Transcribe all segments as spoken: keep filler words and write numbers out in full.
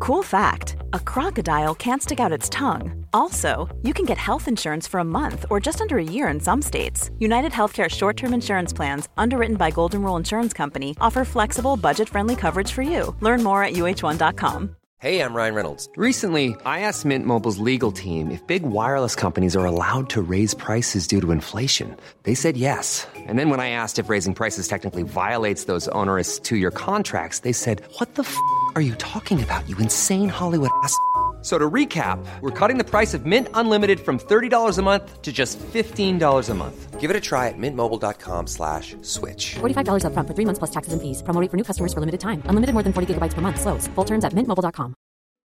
Cool fact, a crocodile can't stick out its tongue. Also, you can get health insurance for a month or just under a year in some states. United Healthcare short-term insurance plans, underwritten by Golden Rule Insurance Company, offer flexible, budget-friendly coverage for you. Learn more at U H one dot com. Hey, I'm Ryan Reynolds. Recently, I asked Mint Mobile's legal team if big wireless companies are allowed to raise prices due to inflation. They said yes. And then when I asked if raising prices technically violates those onerous two-year contracts, they said, what the f*** are you talking about, you insane Hollywood ass f- So to recap, we're cutting the price of Mint Unlimited from thirty dollars a month to just fifteen dollars a month. Give it a try at mintmobile.com slash switch. forty-five dollars up front for three months plus taxes and fees. Promo rate for new customers for limited time. Unlimited more than forty gigabytes per month. Slows full terms at mint mobile dot com.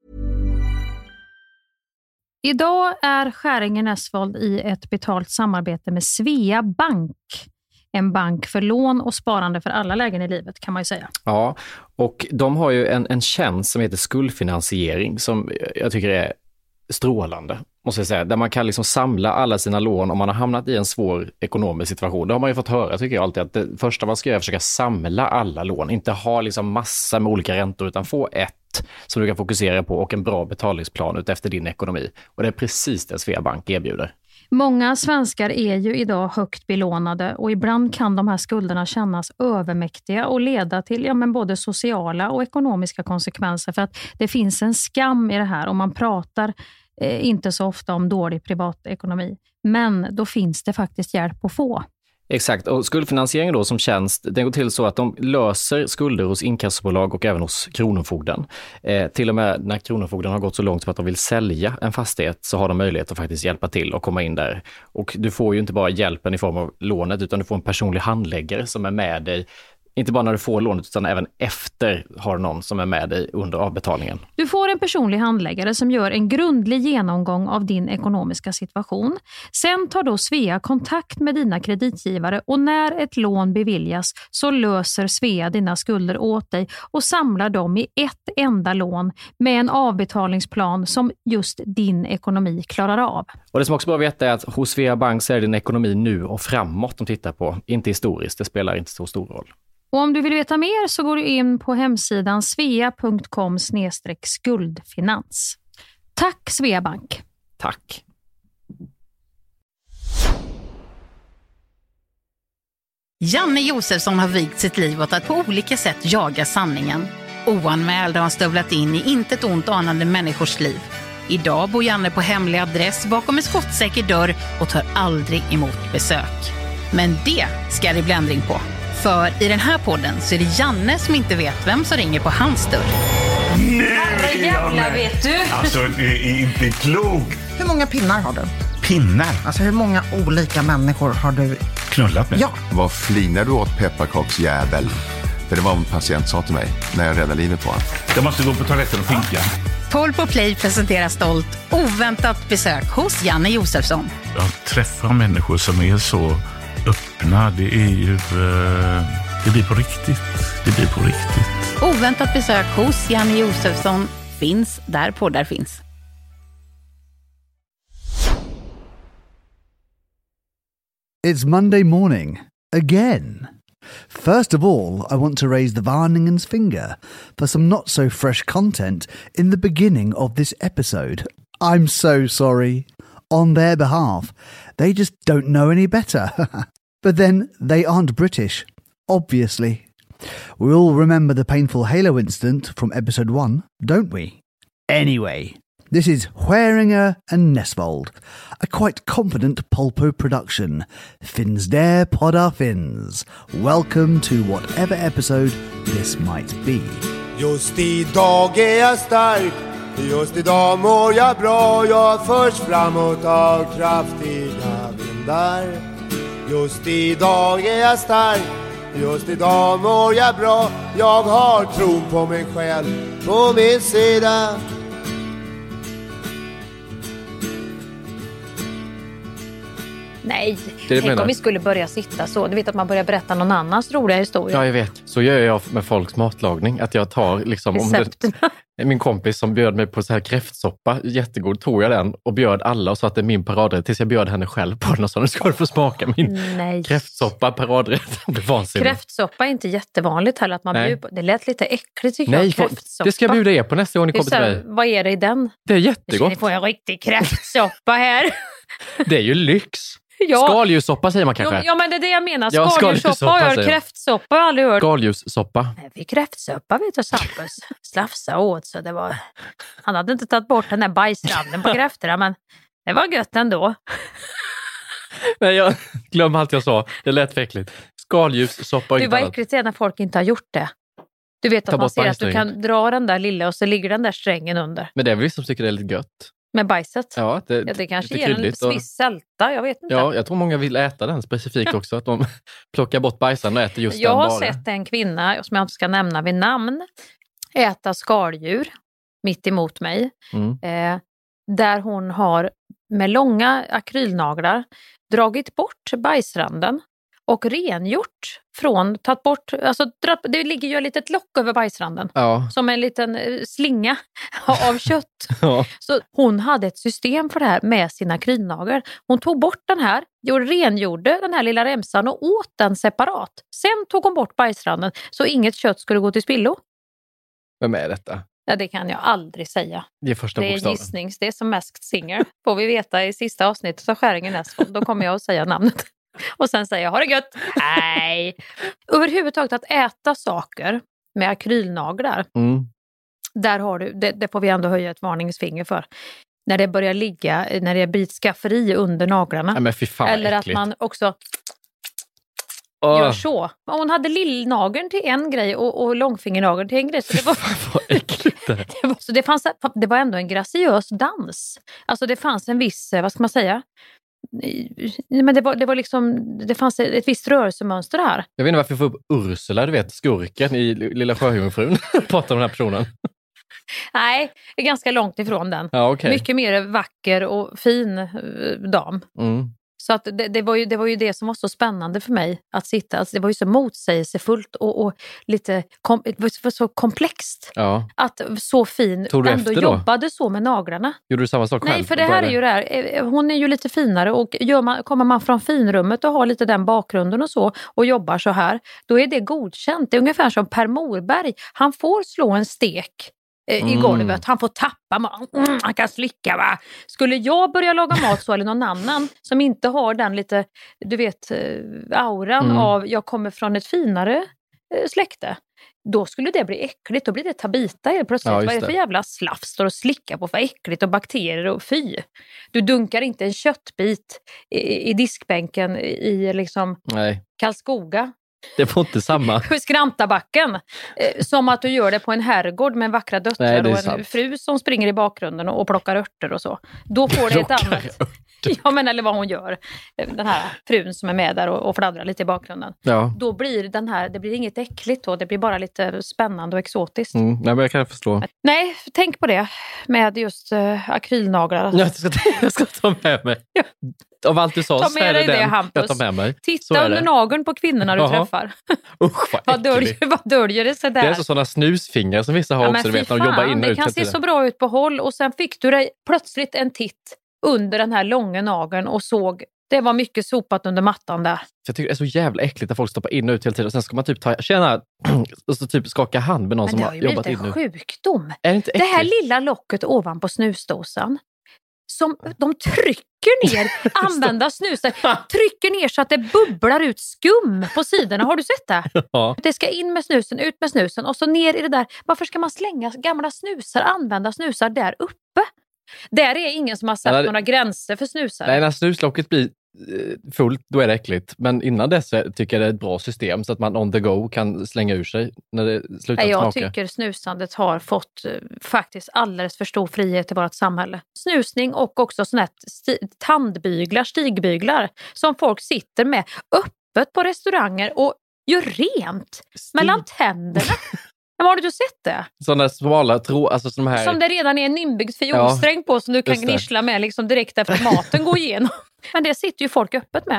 Idag är Skäringen Esvold i ett betalt samarbete med Svea Bank. En bank för lån och sparande för alla lägen i livet, kan man ju säga. Ja, och de har ju en, en tjänst som heter skuldfinansiering som jag tycker är strålande, måste jag säga. Där man kan liksom samla alla sina lån om man har hamnat i en svår ekonomisk situation. Det har man ju fått höra, tycker jag alltid, att det första man ska göra är att försöka samla alla lån. Inte ha liksom massa med olika räntor, utan få ett som du kan fokusera på och en bra betalningsplan ut efter din ekonomi. Och det är precis det Svea Bank erbjuder. Många svenskar är ju idag högt belånade och ibland kan de här skulderna kännas övermäktiga och leda till ja, men både sociala och ekonomiska konsekvenser, för att det finns en skam i det här och man pratar eh, inte så ofta om dålig privatekonomi. Men då finns det faktiskt hjälp att få. Exakt, och skuldfinansiering då som tjänst, den går till så att de löser skulder hos inkassobolag och även hos kronofogden. Eh, till och med när kronofogden har gått så långt för att de vill sälja en fastighet så har de möjlighet att faktiskt hjälpa till och komma in där. Och du får ju inte bara hjälpen i form av lånet, utan du får en personlig handläggare som är med dig. Inte bara när du får lånet, utan även efter har någon som är med dig under avbetalningen. Du får en personlig handläggare som gör en grundlig genomgång av din ekonomiska situation. Sen tar då Svea kontakt med dina kreditgivare och när ett lån beviljas så löser Svea dina skulder åt dig och samlar dem i ett enda lån med en avbetalningsplan som just din ekonomi klarar av. Och det som också bör veta är att hos Svea Bank så är din ekonomi nu och framåt de tittar på, inte historiskt. Det spelar inte så stor roll. Och om du vill veta mer så går du in på hemsidan svea punkt com snedstreck skuldfinans. Tack Svea Bank. Tack. Janne Josefsson har vigt sitt liv åt att på olika sätt jaga sanningen. Oanmäld har han stövlat in i intet ont anande människors liv. Idag bor Janne på hemlig adress bakom en skottsäker dörr och tar aldrig emot besök. Men det ska det bli ändring på. För i den här podden så är det Janne som inte vet vem som ringer på hans dörr. Nej, jävla vet du. Alltså, det är inte klokt. Hur många pinnar har du? Pinnar? Alltså, hur många olika människor har du knullat med? Ja. Vad flinar du åt, pepparkaksjävel? För det var en patient sa till mig när jag räddade livet på honom. Jag måste gå på toaletten och pinka. Paul på Play presenterar stolt oväntat besök hos Janne Josefsson. Jag träffar människor som är så öppna. Det är ju... Uh, det blir på riktigt. Det blir på riktigt. Oväntat besök hos Janne Josefsson finns där poddar finns. It's Monday morning. Again. First of all, I want to raise the varningens finger for some not so fresh content in the beginning of this episode. I'm so sorry. On their behalf. They just don't know any better. But then they aren't British, obviously. We all remember the painful Halo incident from episode one, don't we? Anyway, this is Skäringer and Nesvold, a quite competent Polpo production. Finns där poddar finns. Welcome to whatever episode this might be. Just idag är jag stark. Just idag mår jag bra. Jag förs framåt av kraftiga vindar. Just idag är jag stark. Just idag mår jag bra. Jag har tron på mig själv på min sida. Nej, Det är Tänk det om vi skulle börja sitta så. Du vet att man börjar berätta någon annans roliga historia. Ja, jag vet. Så gör jag med folks matlagning. Att jag tar liksom... Om det, min kompis som bjöd mig på så här kräftsoppa, jättegod, tog jag den och bjöd alla och sa att det är min paradrätt tills jag bjöd henne själv på den och så nu ska du få smaka min Nej. kräftsoppa, paradrätt. Det blir vansinnigt. Kräftsoppa är inte jättevanligt heller att man bjuder på. Det lät lite äckligt tycker Nej, jag, kräftsoppa. Det ska jag bjuda er på nästa gång ni kommer till mig. Vad är det i den? Det är jättegott. Ni får en riktig kräftsoppa här. Det är ju lyx. Ja. Skaldjurssoppa säger man kanske. Ja, men det är det jag menar. Ja, Skaldjurssoppa har jag hört. Kräftsoppa har jag aldrig hört. Skaldjurssoppa. Vi kräftsoppa vet du, Sampus. Slafsa åt så det var... Han hade inte tagit bort den där bajsranden på kräftorna, men det var gött ändå. Nej, jag glömmer allt jag sa. Det lät för äckligt. Skaldjurssoppa. Det var äckligt när folk inte har gjort det. Du vet att man ser att du kan dra den där lilla och så ligger den där strängen under. Men det är väl vissa som tycker det är lite gött. Med bajset? Ja, det, ja, det kanske ger en sviss sälta, jag vet inte. Ja, jag tror många vill äta den specifikt också. Att de plockar bort bajsen och äter just jag den bara. Jag har sett en kvinna, som jag inte ska nämna vid namn, äta skaldjur mitt emot mig. Mm. Eh, där hon har med långa akrylnaglar dragit bort bajsranden och rengjort från, tagit bort, alltså det ligger ju ett litet lock över bajsranden. Ja. Som en liten slinga av kött. Ja. Så hon hade ett system för det här med sina akrylnaglar. Hon tog bort den här, gjorde, rengjorde den här lilla remsan och åt den separat. Sen tog hon bort bajsranden så inget kött skulle gå till spillo. Vem är detta? Ja, det kan jag aldrig säga. Det är första Det är bokstaven. gissnings, det är som Masked Singer. Får vi veta i sista avsnittet av Skäringen Näsvold, då kommer jag att säga namnet. Och sen säger jag, har det gött? Nej. Överhuvudtaget att äta saker med akrylnaglar. Mm. Där har du, det, det får vi ändå höja ett varningsfinger för. När det börjar ligga, när det blir ett skafferi under naglarna. Nej, men fy fan, eller äckligt. att man också oh. gör så. Hon hade lillnageln till en grej och, och långfingernageln till en grej. Så det var, vad äckligt det. det var, så det, fanns, det var ändå en graciös dans. Alltså det fanns en viss, vad ska man säga... Men det var, det var liksom, det fanns ett visst rörelsemönster här. Jag vet inte varför jag får upp Ursula, du vet, skurken i Lilla Sjöjungfrun. Pratar om den här personen. Nej, det är ganska långt ifrån den. Ja, okay. Mycket mer vacker och fin dam. Mm. Så att det, det, var ju, det var ju det som var så spännande för mig att sitta. Alltså det var ju så motsägelsefullt och, och lite kom, det var så komplext. Ja. Att så fin Tog du ändå efter då? jobbade så med naglarna. Gjorde du samma sak själv? Nej, för det här är ju det här. Hon är ju lite finare och gör man, kommer man från finrummet och har lite den bakgrunden och så och jobbar så här, då är det godkänt. Det är ungefär som Per Morberg. Han får slå en stek i Mm. golvet. Han får tappa mat. Mm, han kan slicka, va? Skulle jag börja laga mat så eller någon annan som inte har den lite, du vet, auran Mm. av jag kommer från ett finare eh, släkte. Då skulle det bli äckligt. Då blir det Tabita helt plötsligt. Ja, Vad just är det för det. jävla slaff står och slickar på för äckligt och bakterier och fy. Du dunkar inte en köttbit i, i diskbänken i liksom Nej, Karlskoga. det får inte samma. Skrantabacken. Eh, som att du gör det på en herrgård med vackra döttrar Nej, det är och en sant. fru som springer i bakgrunden och, och plockar örter och så. Då får det ett Plockar annat... Ja, men eller vad hon gör. Den här frun som är med där och, och fladdrar lite i bakgrunden. Ja. Då blir den här, det blir inget äckligt då. Det blir bara lite spännande och exotiskt. Mm. Nej, men jag kan förstå. Nej, tänk på det med just uh, akrylnaglar. Jag ska, jag ska ta med mig. Ja. Av allt du sa Ta så med är det dig det, den Hampus. jag tar med mig. Så Titta är under det. nageln på kvinnorna du Jaha. träffar. Usch, vad vad, döljer, äckligt. vad döljer det sig där? Det är så sådana snusfingrar som vissa har Ja, också. men Du vet, fy när de jobbar fan, in och det ut. kan hela se tiden. så bra ut på håll och sen fick du dig plötsligt en titt under den här långa nageln och såg, det var mycket sopat under mattan där. Jag tycker det är så jävla äckligt att folk stoppar in och ut hela tiden och sen ska man typ ta, känna och så typ skaka hand med någon Men som det har har ju jobbat blivit in en nu. sjukdom. Är det inte Det äckligt? här lilla locket ovanpå snusdosan som de trycker ner, använda snusar, trycker ner så att det bubblar ut skum på sidorna. Har du sett det? Ja. Det ska in med snusen, ut med snusen och så ner i det där. Varför ska man slänga gamla snusar, använda snusar där uppe? Där är ingen som har satt Nej, några gränser för snusar. Nej, när snuslocket blir eh, fullt, då är det äckligt. Men innan dess tycker jag det är ett bra system så att man on the go kan slänga ur sig när det slutar Nej, jag smaka. tycker snusandet har fått eh, faktiskt alldeles för stor frihet i vårt samhälle. Snusning och också såna här sti- tandbyglar, stigbyglar som folk sitter med öppet på restauranger och gör rent Stig- mellan tänderna. Men har du sett det? Sådana smala tråd, alltså som här... Som det redan är en inbyggd fiolsträng på som du kan just det. gnissla med liksom direkt efter att maten går igenom. Men det sitter ju folk öppet med.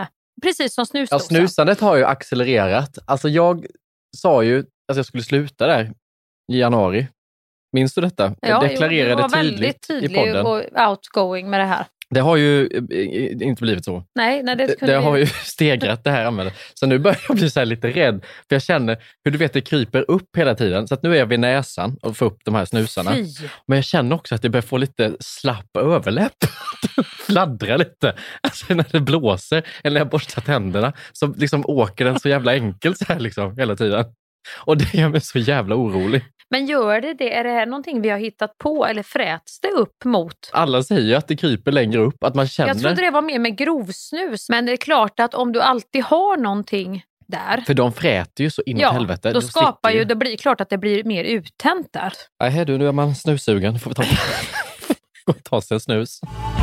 precis som snusdosan. Ja, snusandet har ju accelererat. Alltså jag sa ju att jag skulle sluta där i januari. Minns du detta? Ja, jag deklarerade jo, tydligt, väldigt tydlig i podden. Och outgoing med det här. Det har ju inte blivit så. Nej, nej det, det, det har ju stegrat det här användandet. Så nu börjar jag bli så här lite rädd. För jag känner hur du vet det kryper upp hela tiden. Så att nu är jag vid näsan och får upp de här snusarna. Fy. Men jag känner också att det börjar få lite slapp överläpp. Fladdra lite. Alltså när det blåser eller när jag borstar tänderna så liksom åker den så jävla enkelt så här liksom hela tiden. Och det gör mig så jävla orolig. Men gör det det? Är det här någonting vi har hittat på eller fräts det upp mot? Alla säger ju att det kryper längre upp, att man känner... Jag trodde det var mer med grovsnus, men det är klart att om du alltid har någonting där... För de fräter ju så inåt ja, helvete. då de skapar ju, ju... det blir klart att det blir mer uttänt där. Nej du, nu är man snussugen. Får vi ta, ta sig en snus.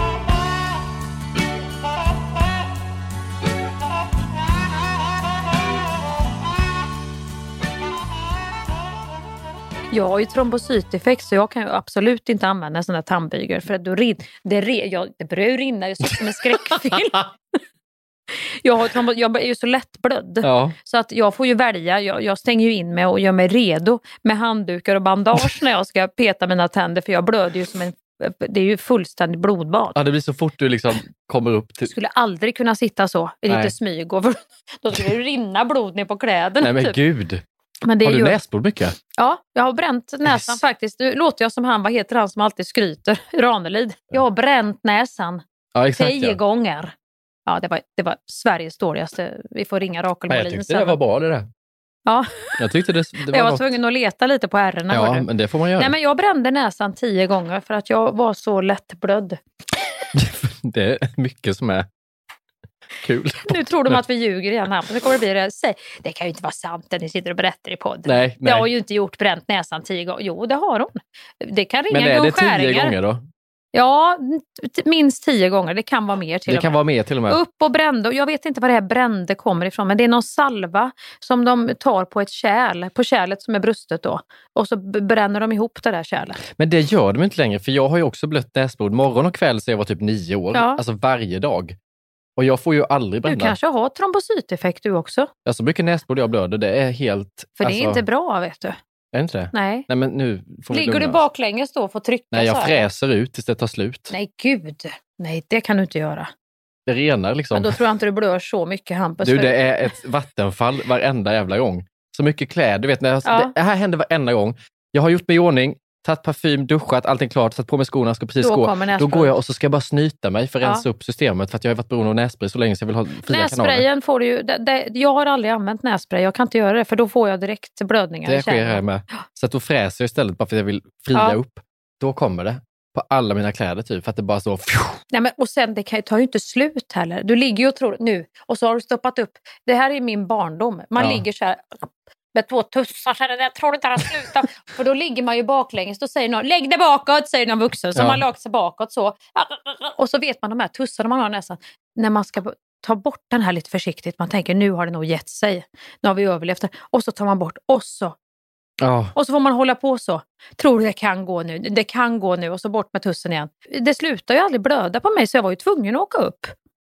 Jag har ju trombocyteffekt så jag kan ju absolut inte använda en sån där tandbygel för att då rin, det, re, jag, det börjar ju rinna ju som en skräckfilm. jag, har trombo, jag är ju så lättblödd ja. Så att jag får ju välja, jag, jag stänger ju in mig och gör mig redo med handdukar och bandage när jag ska peta mina tänder för jag blöder ju som en, det är ju fullständigt blodbad. Ja, det blir så fort du liksom kommer upp till... Jag skulle aldrig kunna sitta så i lite smyg och då skulle det rinna blod ner på kläderna. Nej men typ. Gud. Men det har du ju... näsblod mycket? Ja, jag har bränt näsan yes. faktiskt. Nu låter jag som han, vad heter han som alltid skryter? Ranelid. Jag har bränt näsan ja, exakt, tio ja. gånger. Ja, det var, det var Sveriges dåligaste. Vi får ringa Rakel Molin. Jag tyckte det var bra det där. Ja. Jag tyckte det, det var Jag var något... tvungen att leta lite på ärrena. Ja, men det får man göra. Nej, men jag brände näsan tio gånger för att jag var så lättblödd. Det är mycket som är kul. Nu tror de att vi ljuger igen här. Så kommer det bli det. Säg, det kan ju inte vara sant när ni sitter och berättar i podden. Nej, nej. Jag har ju inte gjort bränt näsan tio gånger. Jo, det har hon. Det kan ringa. Men är det tio gånger då? Ja, t- minst tio gånger. Det kan vara mer till det och med. kan vara mer till och med. Upp och brände. Och jag vet inte var det här brände kommer ifrån. Men det är någon salva som de tar på ett kärl. På kärlet som är brustet då. Och så b- bränner de ihop det där kärlet. Men det gör de inte längre. För jag har ju också blött näsblod. Morgon och kväll så jag var typ nio år. Ja. Alltså varje dag. Och jag får ju aldrig bränna. Du kanske har trombocyteffekt du också. Ja, så mycket näsblod jag blöder. Det är helt... För alltså... det är inte bra, vet du. Är det inte det? Nej. Nej, men nu får Ligger du baklänges då och får trycka? Nej, jag så här? fräser ut tills det tar slut. Nej, gud. Nej, det kan du inte göra. Det renar liksom. Men då tror jag inte du blör så mycket, Hampus. Du, det är ett vattenfall varenda jävla gång. Så mycket kläder, du vet. När jag, Ja. Det här händer varenda gång. Jag har gjort mig i ordning, tagit parfym, duschat, allting klart, satt på mig skorna, ska precis Då gå. kommer Då går jag och så ska jag bara snyta mig för att Ja. rensa upp systemet. För att jag har varit beroende av nässpray så länge så jag vill ha fria kanaler. Nässprayen får du ju... Det, det, jag har aldrig använt nässpray. Jag kan inte göra det för då får jag direkt blödningar. Det sker här med. Så att då fräser jag istället bara för att jag vill fria Ja. upp. Då kommer det. På alla mina kläder typ. För att det bara så... Nej, men, och sen det kan, tar ju inte slut heller. Du ligger ju och tror nu. Och så har du stoppat upp. Det här är min barndom. Man Ja. ligger så här... med två tussar så här, jag tror inte att sluta. För då ligger man ju baklänges. Då säger någon, lägg det bakåt, säger någon vuxen. Så Ja. man lagt sig bakåt så. Och så vet man de här tussarna man har nästan. När man ska ta bort den här lite försiktigt. Man tänker, nu har det nog gett sig. Nu har vi överlevt det. Och så tar man bort. Och så. Ja. Och så får man hålla på så. Tror det kan gå nu. Det kan gå nu. Och så bort med tussen igen. Det slutar ju aldrig blöda på mig. Så jag var ju tvungen att åka upp.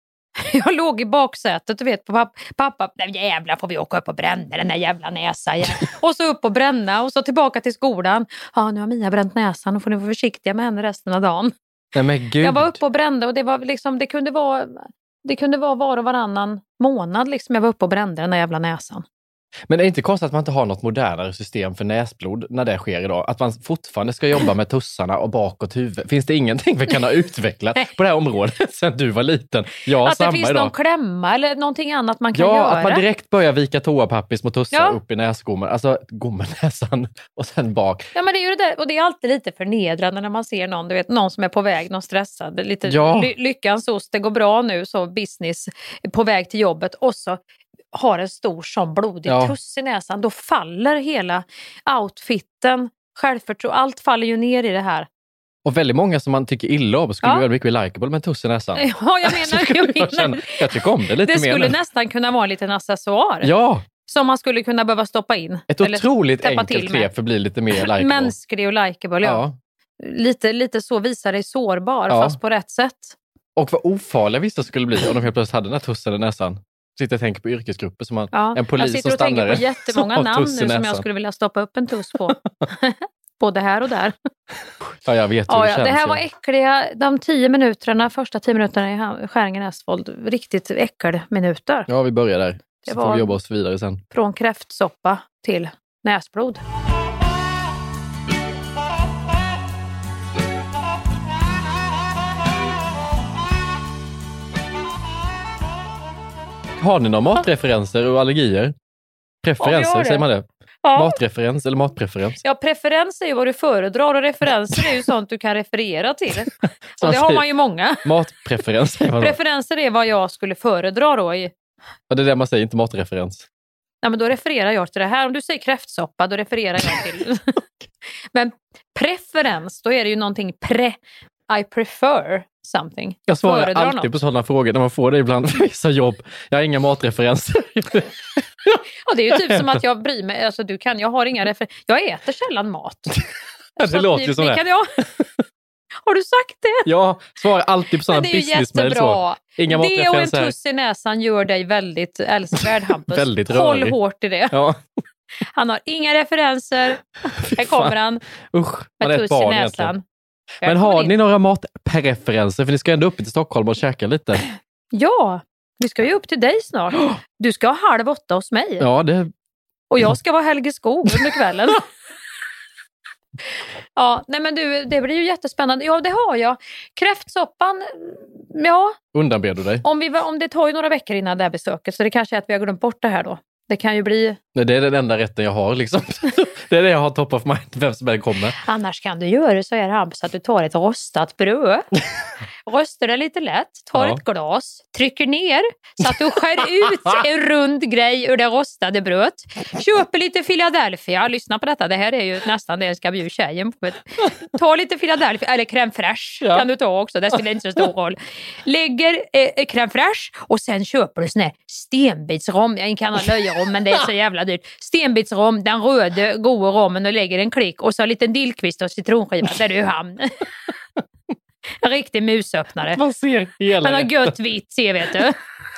Jag låg i baksätet och vet på pappa, pappa jävlar får vi åka upp och bränna den där jävla näsan igen. Och så upp och bränna och så tillbaka till skolan. Ja, nu har Mia bränt näsan och får ni vara försiktiga med henne resten av dagen. Nej, men gud. Jag var uppe och brände och det var liksom, det kunde vara det kunde vara var och varannan månad liksom jag var uppe och brände den där jävla näsan. Men det är inte konstigt att man inte har något modernare system för näsblod när det sker idag. Att man fortfarande ska jobba med tussarna och bakåt huvudet. Finns det ingenting vi kan ha utvecklat på det här området sedan du var liten? Jag att samma det finns idag. någon klämma eller någonting annat man kan ja, göra. att man direkt börjar vika toapapper små tussar Ja. upp i näsgommen. Alltså gommenäsan och sen bak. Ja, men det är ju det där. Och det är alltid lite förnedrande när man ser någon, du vet, någon som är på väg, någon stressad. Lite Ja. ly- lyckans ost, det går bra nu, så business på väg till jobbet. Och så har en stor som blodig Ja. tuss i näsan. Då faller hela outfitten, självförtroende, allt faller ju ner i det här. Och väldigt många som man tycker illa om skulle Ja. väldigt mycket bli likeable med tuss i näsan. Ja, jag menar, Skulle jag, jag, menar känna, jag tycker om det lite det mer skulle nu. nästan kunna vara en liten accessoar. Ja, Som man skulle kunna behöva stoppa in. ett Eller otroligt täppa enkelt till med. knep för att bli lite mer likeable. Mänsklig och likeable, ja. Ja. Lite, lite så visar dig sårbar, Ja. fast på rätt sätt. Och vad ofarliga vissa skulle bli om de helt plötsligt hade den här tussen i näsan. sitter och tänker på yrkesgrupper som man, ja, en polis jag sitter och tänker på jättemånga namn nu som jag skulle vilja stoppa upp en tuss på. Både här och där. Ja, jag vet hur ja, det ja, känns. Det här var äckliga, de tio minuterna, första tio minuterna i Skäringen Estvold, riktigt äckelminuter. Ja, vi börjar där. Det Så var får vi jobba oss vidare sen. Från kräftsoppa till näsblod. Har ni några matreferenser och allergier? Preferenser, ja, säger man det? Ja. Matreferens eller matpreferens? Ja, preferens är ju vad du föredrar och referenser är ju sånt du kan referera till. Och det har man ju många. Matpreferens säger man då. Preferenser är vad jag skulle föredra då. I... Ja, det är det man säger, inte matreferens. Ja, men då refererar jag till det här. Om du säger kräftsoppa, då refererar jag till... Men preferens, då är det ju någonting pre... I prefer something. Jag svarar Föredrar alltid något. på sådana frågor när man får det ibland för vissa jobb. Jag har inga matreferenser. Ja, det är ju typ som att jag bryr mig. Alltså, du kan, jag har inga referenser. Jag äter sällan mat. Det låter ju som det. Kan jag... Har du sagt det? Ja, svarar alltid på sådana businessmail. Så. Inga det och en matreferenser. tuss i näsan gör dig väldigt älskvärd, Hampus. Väldigt Håll rörig. hårt i det. Ja. Han har inga referenser. Här kommer han. Usch, man med är ett tuss i barn näsan. egentligen. Men har ni några matpreferenser? För ni ska ändå upp till Stockholm och käka lite. Ja, vi ska ju upp till dig snart. Du ska ha halv åtta hos mig. Ja, det... Och jag ska vara Helge Skog under kvällen. Ja, nej men du, det blir ju jättespännande. Ja, det har jag. Kräftsoppan, ja. Undanber du dig? Om, vi, om det tar ju några veckor innan det här besöket, så det kanske är att vi har glömt bort det här då. Det kan ju bli... Nej, det är den enda rätten jag har liksom. Det är det jag har top of mind, vem som än kommer. Annars kan du göra så här, Hampus, att du tar ett rostat bröd. Röstar det lite lätt, tar Ja. ett glas, trycker ner så att du skär ut en rund grej ur det rostade brödet. Köper lite Philadelphia, lyssna på detta, det här är ju nästan det jag ska bjuda tjejen på. Ta lite Philadelphia, eller crème fraîche Ja. kan du ta också, det spelar inte så stor roll. Lägger eh, crème fraîche och sen köper du sån här stenbitsrom, jag kan ha löjerom men det är så jävla dyrt. Stenbitsrom, den röda goda rommen, och lägger en klick och så lite dillkvist och citronskiva, där är du hamn. En riktig musöppnare. Man ser hela Han har det. gött vitt, se vet du.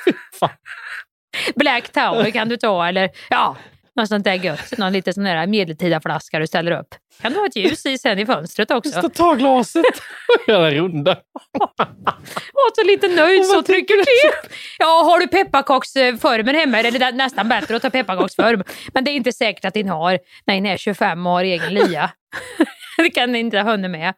Black Tower kan du ta, eller ja, något sånt där gött. Någon lite sån där medeltida flaska du ställer upp. Kan du ha ett ljus i sen i fönstret också? Just att ta glaset och göra en runda. Och så lite nöjd så trycker du till. Ja, har du pepparkaksformen hemma är det nästan bättre att ta pepparkaksform. Men det är inte säkert att din har när ni är tjugofem och har egen lia. Det kan ni inte ha med.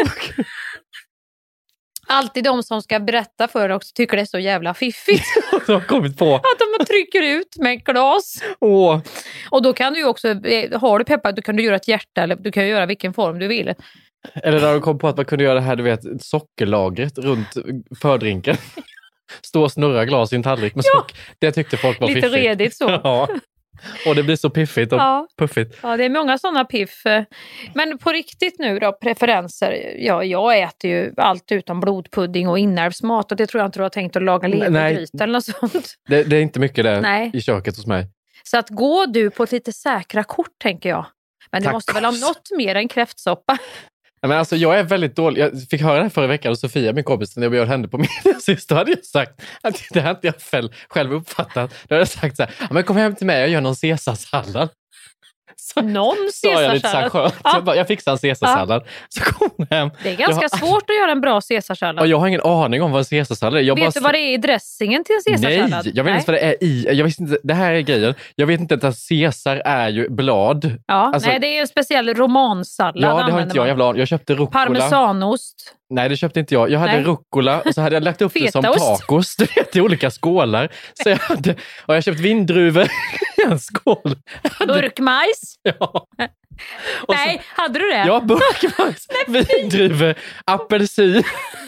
Alltid de som ska berätta för dig också tycker det är så jävla fiffigt. De har kommit på. Att de trycker ut med ett glas. Åh. Och då kan du ju också, har du peppar, du kan du göra ett hjärta eller du kan göra vilken form du vill. Eller när de kom på att man kunde göra det här, du vet, sockerlagret runt fördrinken. Stå och snurra glas i en tallrik med Ja. socker. Det tyckte folk var Lite fiffigt. redigt så. Ja. Och det blir så piffigt och Ja. puffigt. Ja, det är många sådana piff. Men på riktigt nu då, preferenser. Ja, jag äter ju allt utom blodpudding och inälvsmat. Och det tror jag inte du har tänkt att laga levergryta eller något sånt. Det, det är inte mycket där Nej. i köket hos mig. Så att gå du på ett lite säkra kort, tänker jag. Men du Tack. måste väl ha något mer än kräftsoppa. Nej, men alltså, jag är väldigt dålig. Jag fick höra det här förra veckan och Sofia, min kompis, när jag bjöd henne på min syster, hade jag sagt att det här inte jag själv, själv uppfattat. Då hade jag sagt så här, ja, men kom hem till mig och gör någon caesarsallad. Så, Någon sa jag lite så här caesarsallad. skönt. Jag, bara, jag fixar en caesarsallad. Så kom hon hem. Det är ganska jag, svårt att göra en bra caesarsallad. Och jag har ingen aning om vad en caesarsallad är. Jag Vet bara, du vad det är i dressingen till en caesarsallad? Nej, jag vet inte vad det är i. Jag visste inte, det här är grejen. Jag vet inte att caesar är ju blad. Ja, Alltså, nej, det är en speciell romansallad. ja, det har använder inte jag. man. Jag, vill ha, jag köpte rucola. Parmesanost. Nej, det köpte inte jag. Jag hade Nej. rucola och så hade jag lagt upp det som Fetaost. tacos. Du vet, i olika skålar. Så jag hade, och jag köpt vindruvor i en skål. Burkmajs. Ja. Och Nej, hade du det? Ja, burkmajs, vindruvor, apelsin.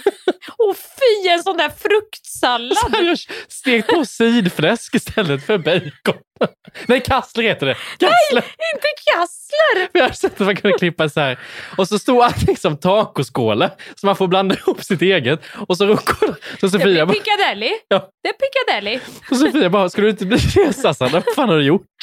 Åh fy, en sån där fruktsallad. Så hade jag stekt på sidfläsk istället för bacon. Nej, kassler heter det. Kassler. Nej, inte kassler. Jag har sett att man kunde klippa så här. Och så stod allting som tacoskålar. Så man får blanda ihop sitt eget. Och så rucola. Så Det Sofia blir bara, Piccadilly. Ja. Det är Piccadilly. och Sofia bara, ska du inte bli caesarsallad? Vad fan har du gjort?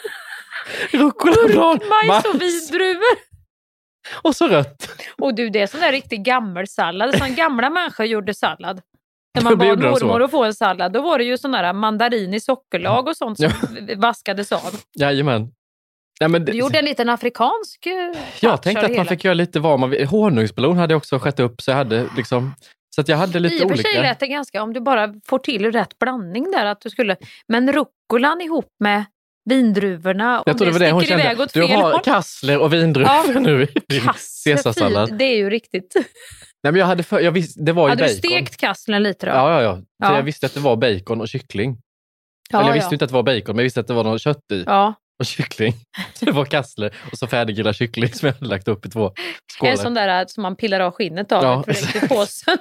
Rucola, blad, Majs och vindruvor. och så rött. Och du, det är sån där riktigt gammel sallad. Sån gamla människor gjorde sallad. När man bad mormor att få en sallad, då var det ju sån där mandarin i sockerlag och sånt som ja. vaskades av. Jajamän. Ja, men det... Du gjorde en liten afrikansk Jag tänkte att man fick göra lite vad man vill. Honungsballon hade jag också skett upp, så jag hade liksom... Så att jag hade lite olika... I och för sig lät det ganska, om du bara får till rätt blandning där, att du skulle... Men rucolan ihop med vindruvorna, jag tror det, det var det hon kände. Du har håll. kassler och vindruvor ja. nu i din caesarsallad. Det är ju riktigt. Nej, men jag hade för, jag visste, det var ju hade bacon. Hade du stekt kasslen lite då? Ja, ja, ja. Så ja. jag visste att det var bacon och kyckling. Ja, Eller jag visste ja. inte att det var bacon, men jag visste att det var något kött i. Ja. Och kyckling. Så det var kassler och så färdiggrillad kyckling som jag hade lagt upp i två skålar. En sån där som man pillar av skinnet av ja. för påsen.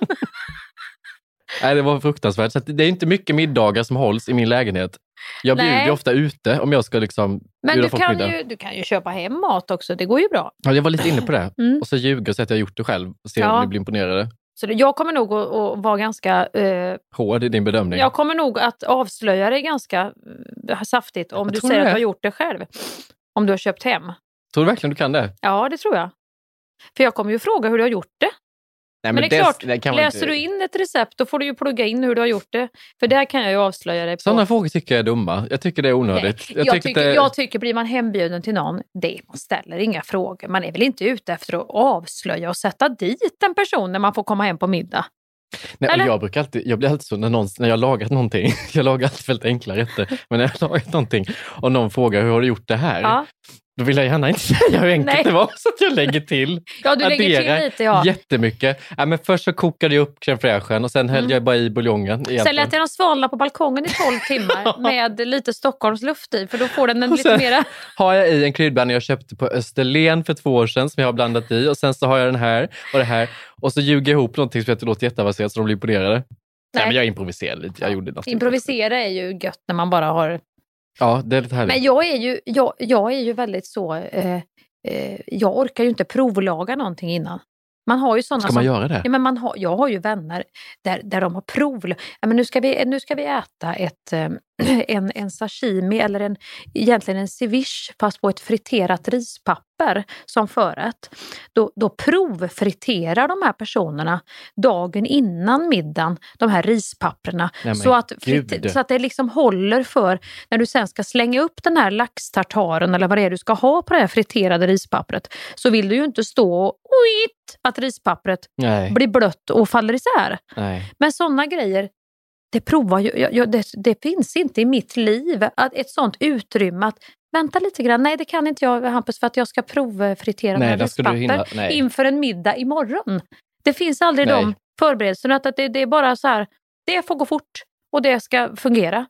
Nej, det var fruktansvärt. Så det är inte mycket middagar som hålls i min lägenhet. Jag bjuder Nej. ju ofta ute om jag ska liksom Men du kan, ju, du kan ju köpa hem mat också, det går ju bra. Ja, jag var lite inne på det. Mm. Och så ljuga och säga att jag har gjort det själv och se ja. om ni blir imponerade. Så det, jag kommer nog att, att vara ganska... Eh, hård i din bedömning. Jag kommer nog att avslöja det ganska eh, saftigt om jag du säger att du har gjort det själv. Om du har köpt hem. Tror du verkligen du kan det? Ja, det tror jag. För jag kommer ju fråga hur du har gjort det. Nej, men, men det är det, klart, det kan läser inte... du in ett recept då får du ju plugga in hur du har gjort det. För där kan jag ju avslöja dig på. Sådana frågor tycker jag är dumma. Jag tycker det är onödigt. Jag, jag, tycker, det... jag tycker blir man hembjuden till någon, det man ställer inga frågor. Man är väl inte ute efter att avslöja och sätta dit en person när man får komma hem på middag. Nej, och jag brukar alltid, jag blir alltid så när, någon, när jag har lagat någonting, jag lagar alltid väldigt enkla rätter, men när jag har lagat någonting och någon frågar hur har du gjort det här? Ja. Då vill jag gärna inte säga hur enkelt Nej. det var, så att jag lägger till. Ja, du lägger till lite, ja. Jättemycket. Ja, men först så kokade jag upp crème fraîchen och sen mm. hällde jag bara i buljongen. Egentligen. Sen lät jag den svalna på balkongen i tolv timmar med lite Stockholms luft i, för då får den en lite mera... har jag i en kryddblandning jag köpte på Österlen för två år sedan som jag har blandat i, och sen så har jag den här och det här och så ljuger jag ihop någonting som jag inte låter jätteavancerat så de blir imponerade. Nej. Nej, men jag improviserade lite. Jag gjorde något. Improvisera är ju gött när man bara har... Ja, det är lite härligt. Men jag är ju, jag, jag är ju väldigt så... Eh, eh, jag orkar ju inte provlaga någonting innan. Man har ju såna ska man som, göra det? Ja, men man har, jag har ju vänner där, där de har prov. Ja, men nu, ska vi, nu ska vi äta ett, en, en sashimi eller en, egentligen en ceviche fast på ett friterat rispapper som förrätt. Då, då provfriterar de här personerna dagen innan middagen de här rispapperna. Nej, så, att frite, så att det liksom håller för när du sen ska slänga upp den här laxtartaren eller vad det är du ska ha på det här friterade rispappret, så vill du ju inte stå och att rispappret Nej. blir blött och faller isär. Nej. Men sådana grejer, det provar ju, jag, jag, det, det finns inte i mitt liv att ett sånt utrymme att vänta lite grann, nej det kan inte jag Hampus för att jag ska provfritera med rispapper inför en middag imorgon. Det finns aldrig nej. de förberedelserna att det, det är bara så här, det får gå fort och det ska fungera.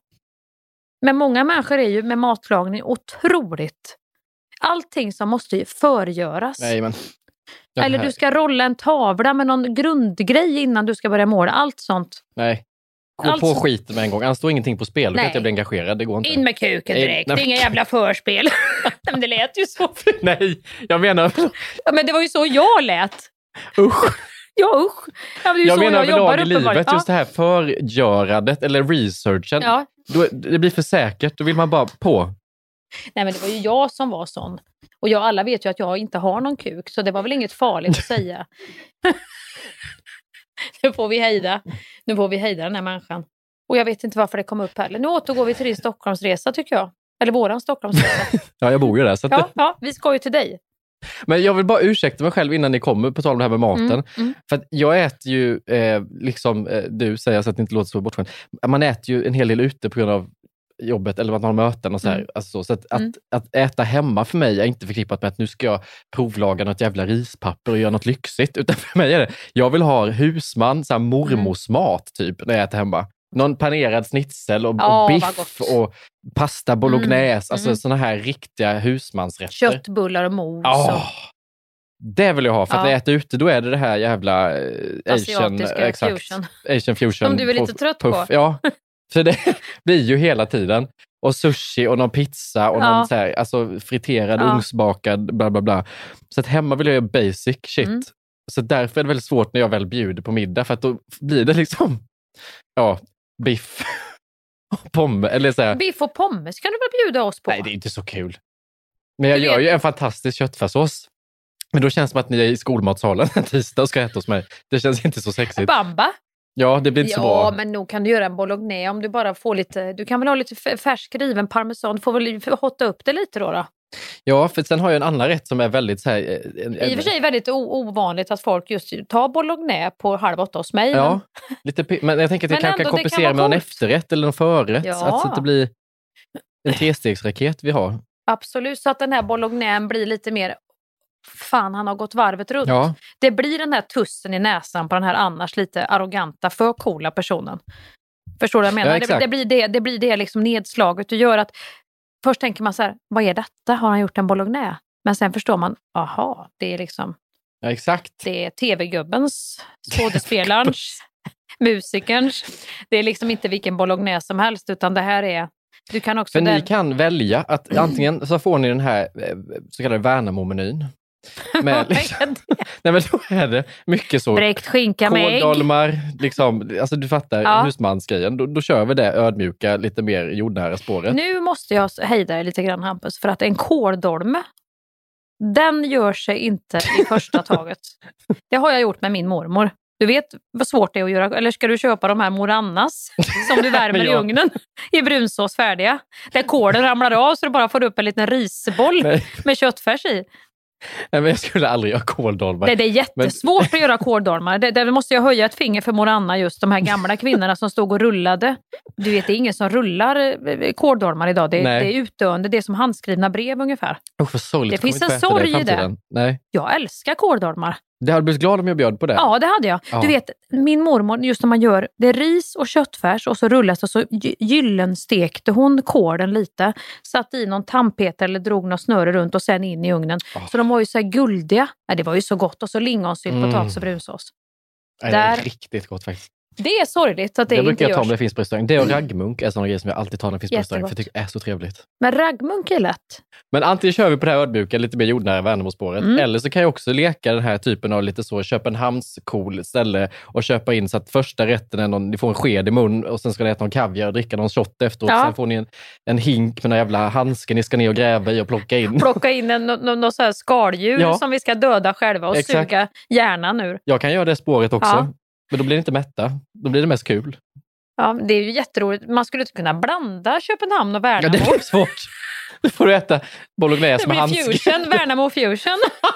Men många människor är ju med matlagning otroligt, allting som måste ju förgöras. Nej men Eller du ska rolla en tavla med någon grundgrej innan du ska börja måla. Allt sånt. Nej. Gå Allt på skiten med en gång. Annars står ingenting på spel. Då kan jag bli engagerad. Det går inte. In med kuken direkt. Nej. Det är inga jävla förspel. Men det lät ju så. Nej, jag menar... Ja, men det var ju så jag lät. Usch. Ja, usch. Ja, men jag så menar jag överlag i livet. Ja. Just det här förgörandet eller researchen. Ja. Då, det blir för säkert. Då vill man bara på. Nej, men det var ju jag som var sån. Och jag alla vet ju att jag inte har någon kuk. Så det var väl inget farligt att säga. Nu får vi hejda. Nu får vi hejda den här människan. Och jag vet inte varför det kom upp heller. Nu återgår vi till din Stockholmsresa tycker jag. Eller våran Stockholmsresa. Ja, jag bor ju där. Så att... ja, ja, vi ska ju till dig. Men jag vill bara ursäkta mig själv innan ni kommer på tal om det här med maten. Mm, mm. För att jag äter ju, eh, liksom eh, du säger så att det inte låter så bortskämt. Man äter ju en hel del ute på grund av jobbet eller att man har möten och så här. Mm. Alltså så, så att, mm. att, att äta hemma för mig är inte förknippat med att nu ska jag provlaga något jävla rispapper och göra något lyxigt. Utan för mig är det, jag vill ha husman, så här mormorsmat typ när jag äter hemma. Någon panerad schnitzel och, oh, och biff och pasta bolognese. Mm. Alltså mm. såna här riktiga husmansrätter. Köttbullar och mos. Oh. Och... Det vill jag ha, för ja. att när jag äter ute då är det det här jävla eh, Asian, exakt, fusion. Asian fusion. Som du är lite trött puff. på. Ja, så det blir ju hela tiden. Och sushi och någon pizza och ja. någon så här, alltså friterad, ja. ugnsbakad, bla bla bla. Så att hemma vill jag göra basic shit. Mm. Så därför är det väldigt svårt när jag väl bjuder på middag, för att då blir det liksom, ja, biff och pommes. Eller så här. Biff och pommes kan du väl bjuda oss på? Nej, det är inte så kul. Men jag du gör vet... ju en fantastisk köttfärssås. Men då känns det som att ni är i skolmatsalen en tisdag och ska äta hos mig. Det känns inte så sexigt. Bamba? Ja, det blir inte ja, så bra. Ja, men nog kan du göra en bolognese om du bara får lite... Du kan väl ha lite färsk riven parmesan. Du får väl hotta upp det lite då då? Ja, för sen har jag en annan rätt som är väldigt så här... En, en... I och för sig väldigt o- ovanligt att folk just tar bolognese på halv åtta hos mig. Ja, men, lite, men jag tänker att vi kanske kan kompensera kan med en efterrätt eller en förrätt. Ja. Så att det blir en trestegsraket vi har. Absolut, så att den här bolognesen blir lite mer... Fan, han har gått varvet runt. Ja. Det blir den här tussen i näsan på den här annars lite arroganta, för coola personen. Förstår du vad jag menar? Ja, det, det blir det, det blir det liksom nedslaget. Det gör att först tänker man så här, vad är detta? Har han gjort en bolognese? Men sen förstår man, aha, det är liksom... Ja, exakt. Det är tv-gubbens, skådespelarens, musikerns. Det är liksom inte vilken bolognese som helst, utan det här är... Du kan också För där... ni kan välja att antingen så får ni den här så kallade Värnamo-menyn. Med, liksom, nej, men då är det mycket så. Bräckt skinka med ägg. Kåldolmar, liksom, alltså du fattar ja. husmansgrejen. Då, då kör vi det ödmjuka, lite mer jordnära spåret. Nu måste jag hejda dig lite grann, Hampus, för att en kåldolme, den gör sig inte i första taget. Det har jag gjort med min mormor. Du vet vad svårt det är att göra. Eller ska du köpa de här Morannas som du värmer i ugnen i brunsås färdiga? Där kålen ramlar av så du bara får upp en liten risboll Nej. med köttfärs i. Nej, men jag skulle aldrig göra kåldolmar. Det, det är jättesvårt men... att göra kåldolmar. Det, där måste jag höja ett finger för Moranna, just de här gamla kvinnorna som stod och rullade. Du vet, det är ingen som rullar kåldolmar idag. Det, det är utdöende, det är som handskrivna brev ungefär. Oh, för sorgligt. Det finns en sorg i det. Nej. Jag älskar kåldolmar. Det hade blivit glad om jag bjöd på det. Ja, det hade jag. Ja. Du vet, min mormor, just när man gör det är ris och köttfärs och så rullas och så gyllenstekte hon kålen lite. Satt i någon tandpetare eller drog något snöre runt och sen in i ugnen. Oh. Så de var ju så här guldiga. Ja, det var ju så gott. Och så lingonsylt, mm. potatis och brunsås. Nej, Där... Det är riktigt gott faktiskt. Det är sorgligt att det, det inte görs. Det brukar jag ta om det finns på restaurang. Det och raggmunk är sådana grejer som jag alltid tar när det finns på restaurang. För jag tycker det är så trevligt. Men raggmunk är lätt. Men antingen kör vi på det här ödmjuka, lite mer jordnära Värnamo-spåret. Mm. Eller så kan jag också leka den här typen av lite så Köpenhamns cool ställe och köpa in så att första rätten är någon, ni får en sked i mun och sen ska ni äta någon kaviar och dricka någon shot efteråt. Ja. Sen får ni en, en hink med någon jävla handske ni ska ner och gräva i och plocka in. Plocka in en, någon, någon så här skaldjur ja. som vi ska döda själva och Exakt. suga hjärnan ur. Jag kan göra det spåret också. Ja. Men då blir det inte mätta. Då blir det mest kul. Ja, det är ju jätteroligt. Man skulle inte kunna blanda Köpenhamn och Värnamo. Ja, det är svårt. Då får du äta bolognese med handskar. Det blir fusion, Värnamo fusion.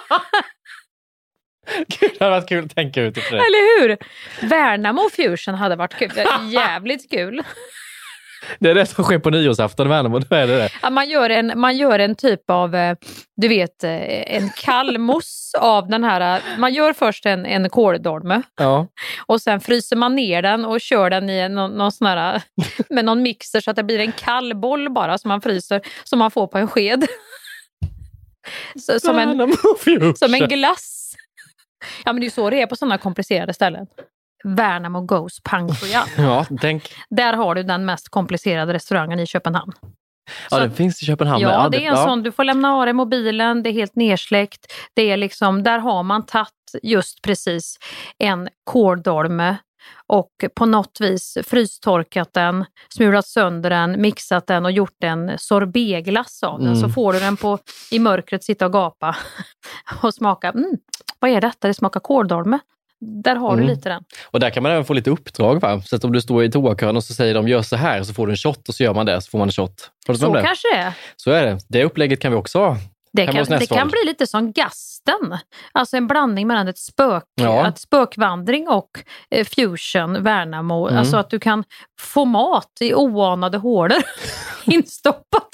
Gud, det hade varit kul att tänka ut för det. Eller hur? Värnamo fusion hade varit kul. Jävligt kul. Det är det som sker på nyårsafton i Värnamo, då är det det. Ja, man, gör en, man gör en typ av, du vet, en kallmousse av den här. Man gör först en, en kåldolme. Ja. Och sen fryser man ner den och kör den i någon, någon sån här, med någon mixer så att det blir en kall boll bara som man fryser, som man får på en sked. Så, som, en, som en glass. Ja, men det är så det är på sådana komplicerade ställen. Värnamo Goes Pangfrian. Ja, tänk. Där har du den mest komplicerade restaurangen i Köpenhamn. Ja, den finns i Köpenhamn. Ja, det är en ja. sån, du får lämna av dig mobilen, det är helt nersläckt. Det är liksom, där har man tagit just precis en kåldolme och på något vis frystorkat den, smulat sönder den, mixat den och gjort en sorbetglass av den. Mm. Så får du den på, i mörkret sitta och gapa och smaka, mm, vad är detta? Det smakar kåldolme. Där har mm. du lite den. Och där kan man även få lite uppdrag, va? Så att om du står i toakön och så säger de gör så här, så får du en shot och så gör man det, så får man en shot. Har du så det? Kanske det är. Så är det. Det upplägget kan vi också ha. Det kan, det kan bli lite som gasten. Alltså en blandning mellan ett spök, ja. ett spökvandring och eh, fusion, Värnamo. Mm. Alltså att du kan få mat i oanade hålor instoppat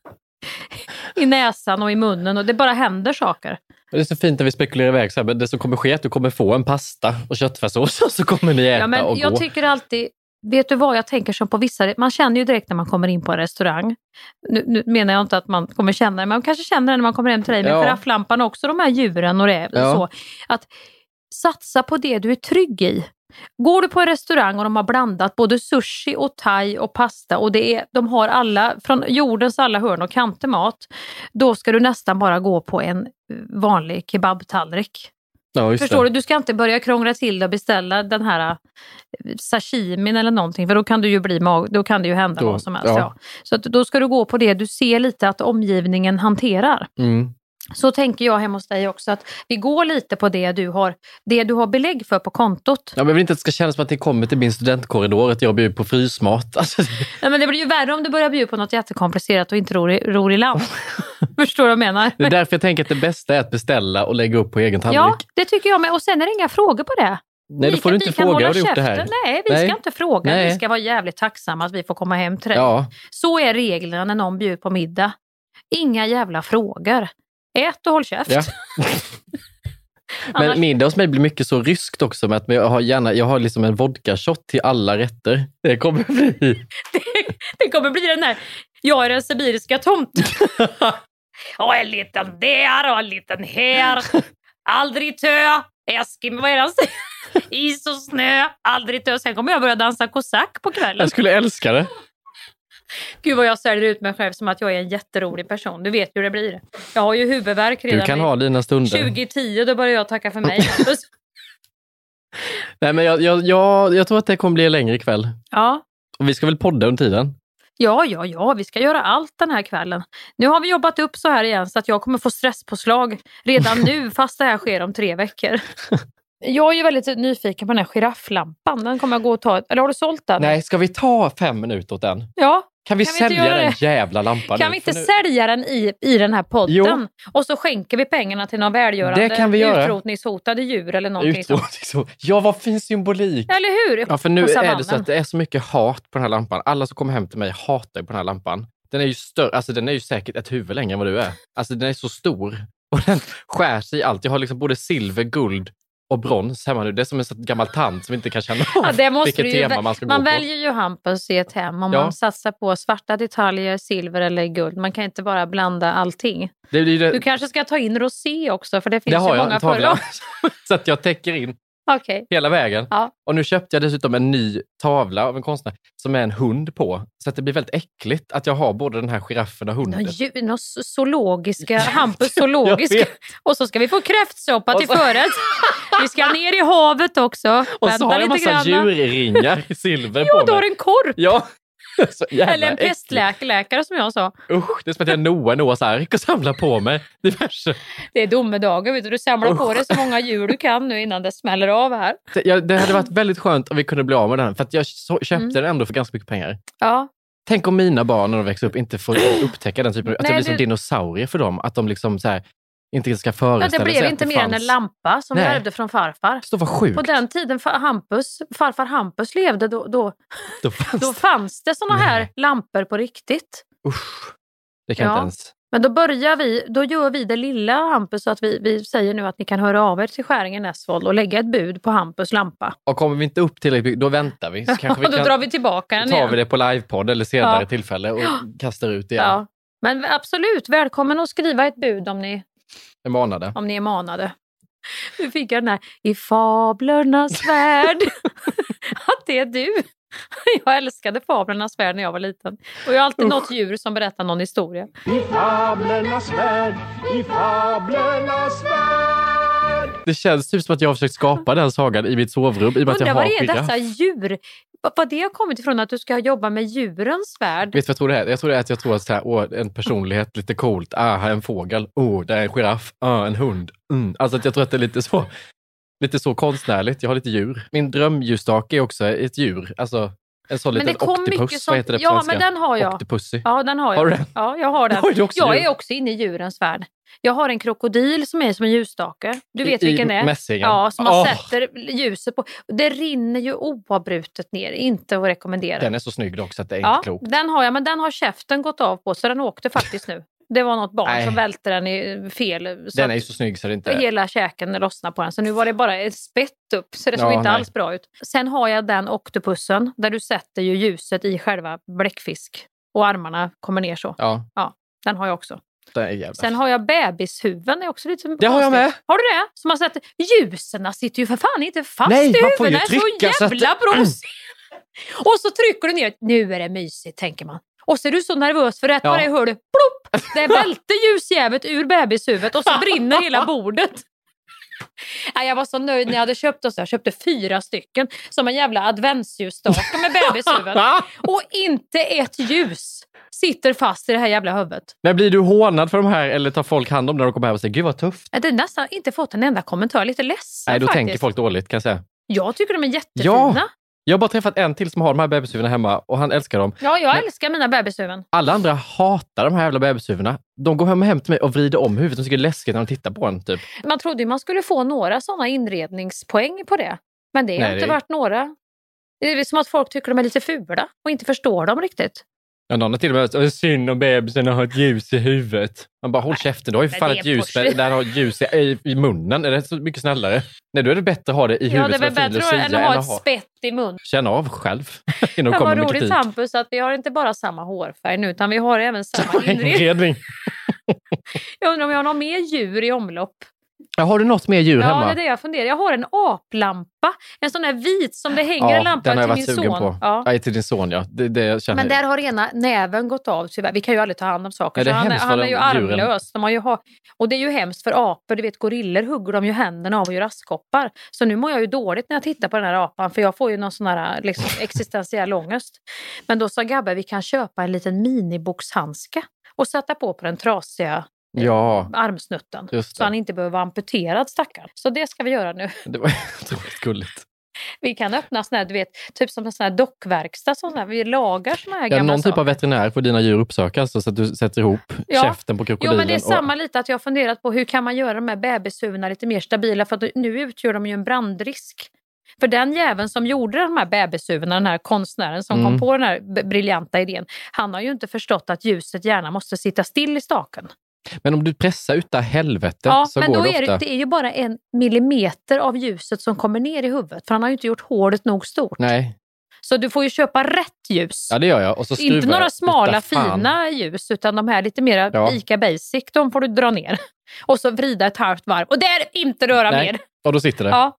i näsan och i munnen och det bara händer saker. Det är så fint när vi spekulerar iväg så här, men det som kommer ske är att du kommer få en pasta och köttfärssås och så kommer ni äta ja, men och jag gå. Tycker alltid, vet du vad jag tänker som på vissa, man känner ju direkt när man kommer in på en restaurang. Nu, nu menar jag inte att man kommer känna det, men man kanske känner det när man kommer hem till dig med ja. Flafflampan också, de här djuren och det ja. Så. Att satsa på det du är trygg i. Går du på en restaurang och de har blandat både sushi och thai och pasta och det är, de har alla, från jordens alla hörn och kanter mat, då ska du nästan bara gå på en vanlig kebabtallrik. Ja, Förstår det. Du? Du ska inte börja krångla till och beställa den här sashimin eller någonting, för då kan du ju bli mag- då kan det ju hända då, vad som helst. Ja. Ja. Så att då ska du gå på det du ser lite att omgivningen hanterar. Mm. Så tänker jag hemma hos dig också, att vi går lite på det du har, det du har belägg för på kontot. Ja, men jag vill inte att det ska kännas som att det kommer till min studentkorridor att jag bjuder på frysmat. Alltså. Ja, men det blir ju värre om du börjar bjuda på något jättekomplicerat och inte ror i, ror i land. Förstår du vad jag menar? Det är därför jag tänker att det bästa är att beställa och lägga upp på egen tallrik. Ja, det tycker jag med. Och sen är det inga frågor på det. Nej, då får du inte fråga har du gjort det här. Nej, vi Nej. ska inte fråga. Nej. Vi ska vara jävligt tacksamma att vi får komma hem till dig. Ja. Så är reglerna när någon bjuder på middag. Inga jävla frågor. Ät och håll käft. Ja. Men Annars... middag hos mig blir mycket så ryskt också med att jag har gärna, jag har liksom en vodka-shot till alla rätter. Det kommer bli... det, det kommer bli den här, jag är den sibiriska tomten. Och en liten där och en liten här. Aldrig tö. Eskim, vad är det? Is och snö. Aldrig tö. Sen kommer jag börja dansa kosack på kvällen. Jag skulle älska det. Gud vad jag säljer ut mig själv som att jag är en jätterolig person. Du vet ju hur det blir. Jag har ju huvudvärk redan. Du kan ha dina stunder. tjugo tio, då börjar jag tacka för mig. Nej, men jag, jag, jag, jag tror att det kommer bli en längre kväll. Ja. Och vi ska väl podda under tiden? Ja, ja, ja. Vi ska göra allt den här kvällen. Nu har vi jobbat upp så här igen så att jag kommer få stresspåslag redan nu fast det här sker om tre veckor. Jag är ju väldigt nyfiken på den här girafflampan. Den kommer jag gå och ta. Eller har du sålt den? Nej, ska vi ta fem minuter åt den? Ja. Kan vi kan sälja vi den det? jävla lampan? Kan nu? vi inte nu... sälja den i, i den här podden? Jo. Och så skänker vi pengarna till någon välgörande det kan vi göra. utrotningshotade djur eller någonting sånt. Ja, vad fin symbolik. Eller hur? Ja, för nu är det så att det är så mycket hat på den här lampan. Alla som kommer hem till mig hatar på den här lampan. Den är ju större, alltså den är ju säkert ett huvud längre än vad du är. Alltså den är så stor. Och den skär sig i allt. Jag har liksom både silver, guld och brons hemma nu. Det är som en sån gammal tant som inte kan känna av ja, det måste vilket tema ju, man ska man gå på. Man väljer ju Hampus i ett hem om ja. man satsar på svarta detaljer, silver eller guld. Man kan inte bara blanda allting. Det, det, det, du kanske ska ta in rosé också för det finns det har ju jag, många tavla. Så att jag täcker in okay. hela vägen. Ja. Och nu köpte jag dessutom en ny tavla av en konstnär som är en hund på. Så att det blir väldigt äckligt att jag har både den här giraffen och hunden. Några zoologiska, Hampus zoologiska. Och så ska vi få kräftsoppa till så... förrätt. Vi ska ner i havet också. Och så har jag en massa granna. djurringar i silver jo, på mig. Jo, du har en korp. Ja. Eller en pestläkare som jag sa. Usch, det är som att jag Noah, Noahs ark och samlar på mig diverse. Det är domedagar, vet du. Du samlar Usch. på dig så många djur du kan nu innan det smäller av här. Det, ja, det hade varit väldigt skönt om vi kunde bli av med den. För att jag köpte mm. den ändå för ganska mycket pengar. Ja. Tänk om mina barn när de växer upp inte får upptäcka den typen av... Att Nej, det blir som du... dinosaurier för dem. Att de liksom så här... inte ska föreställa sig. Ja, det blev inte mer än en lampa som Nej. vi ärvde från farfar. Så var sjukt. På den tiden Hampus, farfar Hampus levde, då, då, då, fanns, då fanns det såna här Nej. lampor på riktigt. Usch, det kan ja. inte ens. Men då börjar vi, då gör vi det lilla Hampus så att vi, vi säger nu att ni kan höra av er till Skäringen Näsvold och lägga ett bud på Hampus lampa. Och kommer vi inte upp tillräckligt, då väntar vi. Så kanske vi då kan, drar vi tillbaka den tar igen. vi det på livepodd eller senare ja. tillfälle och kastar ut det igen. Ja. Men absolut, välkommen att skriva ett bud om ni är manade. Om ni är manade. Nu fick jag den här i fablernas värld. Att det är du. Jag älskade fablernas värld när jag var liten. Och jag har alltid Usch. något djur som berättar någon historia. I fablernas värld, i fablernas värld. Det känns typ som att jag har försökt skapa den sagan i mitt sovrum. I och med att jag har vad är giraff. dessa djur? Vad det har kommit ifrån att du ska jobba med djurens värld? Vet du vad jag tror det är? Jag tror det är att jag tror att så här, åh, en personlighet, lite coolt. Ah, här är en fågel. Oh, där är en giraff. Ah, en hund. Mm. Alltså att jag tror att det är lite så, lite så konstnärligt. Jag har lite djur. Min drömljusstake är också ett djur. Alltså en sån liten octopus. Som... Vad heter det på ja, svenska? men den har jag. Octopussy. Ja, den har jag. Har du den? Ja, jag har den. Har du också jag djur? är också inne i djurens värld. Jag har en krokodil som är som en ljusstake. Du vet I, vilken det är? är? Mässingen. Ja, som man oh. sätter ljuset på. Det rinner ju oavbrutet ner. Inte att rekommendera. Den är så snygg också att det är ja, inte klokt. Den har jag, men den har käften gått av på så den åkte faktiskt nu. Det var något barn Nej. som välte den i fel. Så den är ju så snygg så det inte är. Hela käken lossnade på den. Så nu var det bara ett spett upp. Så det såg ja, inte nej. alls bra ut. Sen har jag den octopussen. Där du sätter ju ljuset i själva bläckfisk. Och armarna kommer ner så. Ja. Ja, den har jag också. Är Sen har jag bebishuven. Det är också lite det har jag med. Har du det? Som man sätter. Ljusen sitter ju för fan inte fast nej, i huvudet. Man får ju trycka, så jävla att... bra. Och så trycker du ner. Nu är det mysigt, tänker man. Och så är du så nervös för rätt ja. vad det hör du. Plopp! Det välter ljusjävet ur bebishuvudet och så brinner hela bordet. Nej, jag var så nöjd när jag hade köpt oss. Jag köpte fyra stycken som en jävla adventsljusstake med bebishuvud. Och inte ett ljus sitter fast i det här jävla huvudet. Men blir du hånad för de här eller tar folk hand om när de kommer här och säger gud vad tufft? Jag hade nästan inte fått en enda kommentar. Lite ledsen Nej, då faktiskt. tänker folk dåligt kan jag säga. Jag tycker de är jättefina. Ja, jag har bara träffat en till som har de här bebishuvudena hemma och han älskar dem. Ja, jag Men älskar mina bebishuvuden. alla andra hatar de här jävla bebishuvudena. De går hem och hem till mig och vrider om huvudet och tycker det är läskigt när de tittar på en typ. Man trodde ju man skulle få några sådana inredningspoäng på det. Men det har Nej, inte det... varit några. Det är som att folk tycker de är lite fula och inte förstår dem riktigt. Ja, någon har till och med sagt, synd om bebisen har ett ljus i huvudet. Man bara, håll käften, du har ju för fan ett ljus där har ljus i, i munnen. Är det så mycket snällare? Nej, då är det bättre att ha det i huvudet. Ja, det är väl bättre än att ha ett spett i mun. Känna av själv innan det kommer var med roligt kritik. Hampus att vi har inte bara samma hårfärg nu utan vi har även samma inredning. inredning. Jag undrar om jag har något mer djur i omlopp. Ja, har du något mer djur ja, hemma? Ja, det är det jag funderar. Jag har en aplampa. En sån där vit som det hänger ja, en lampa den har jag till varit min sugen son. På. Ja. Ja, till din son, ja. Det, det känner Men där har ena näven gått av tyvärr. Vi kan ju aldrig ta hand om saker. Ja, det är så han är, han är ju djuren. armlös. De har ju ha... Och det är ju hemskt för apor. Du vet, gorillor hugger de ju händerna av och gör askkoppar. Så nu mår jag ju dåligt när jag tittar på den här apan. För jag får ju någon sån här liksom, existentiell ångest. Men då sa Gabbe, vi kan köpa en liten miniboxhandske. Och sätta på på den trasiga ja. armsnutten. Just det. Så han inte behöver vara amputerad, stackaren. Så det ska vi göra nu. Det var otroligt gulligt. Vi kan öppna sån här, du vet, typ som en sån här dockverkstad. Sån här, vi lagar såna här Ja, gamla någon saker. typ av veterinär får dina djur uppsöka alltså, så att du sätter ihop Ja. käften på krokodilen. Jo, men det är samma och... lite att jag har funderat på hur kan man göra de här bebishuvudena lite mer stabila. För att nu utgör de ju en brandrisk. För den jäveln som gjorde de här bebishuvudena, den här konstnären som Mm. kom på den här b- briljanta idén. Han har ju inte förstått att ljuset gärna måste sitta still i staken. Men om du pressar ut det helvetet Ja, så men går då det är ofta. det, det är ju bara en millimeter av ljuset som kommer ner i huvudet. För han har ju inte gjort hålet nog stort. Nej, Så du får ju köpa rätt ljus. ja det gör jag. Och så Inte skruvar några jag. smala Uta fan. fina ljus utan de här lite mer Ja. Ica Basic, de får du dra ner. Och så vrida ett halvt varv. Och där inte röra Nej. mer. Och då sitter det. Ja.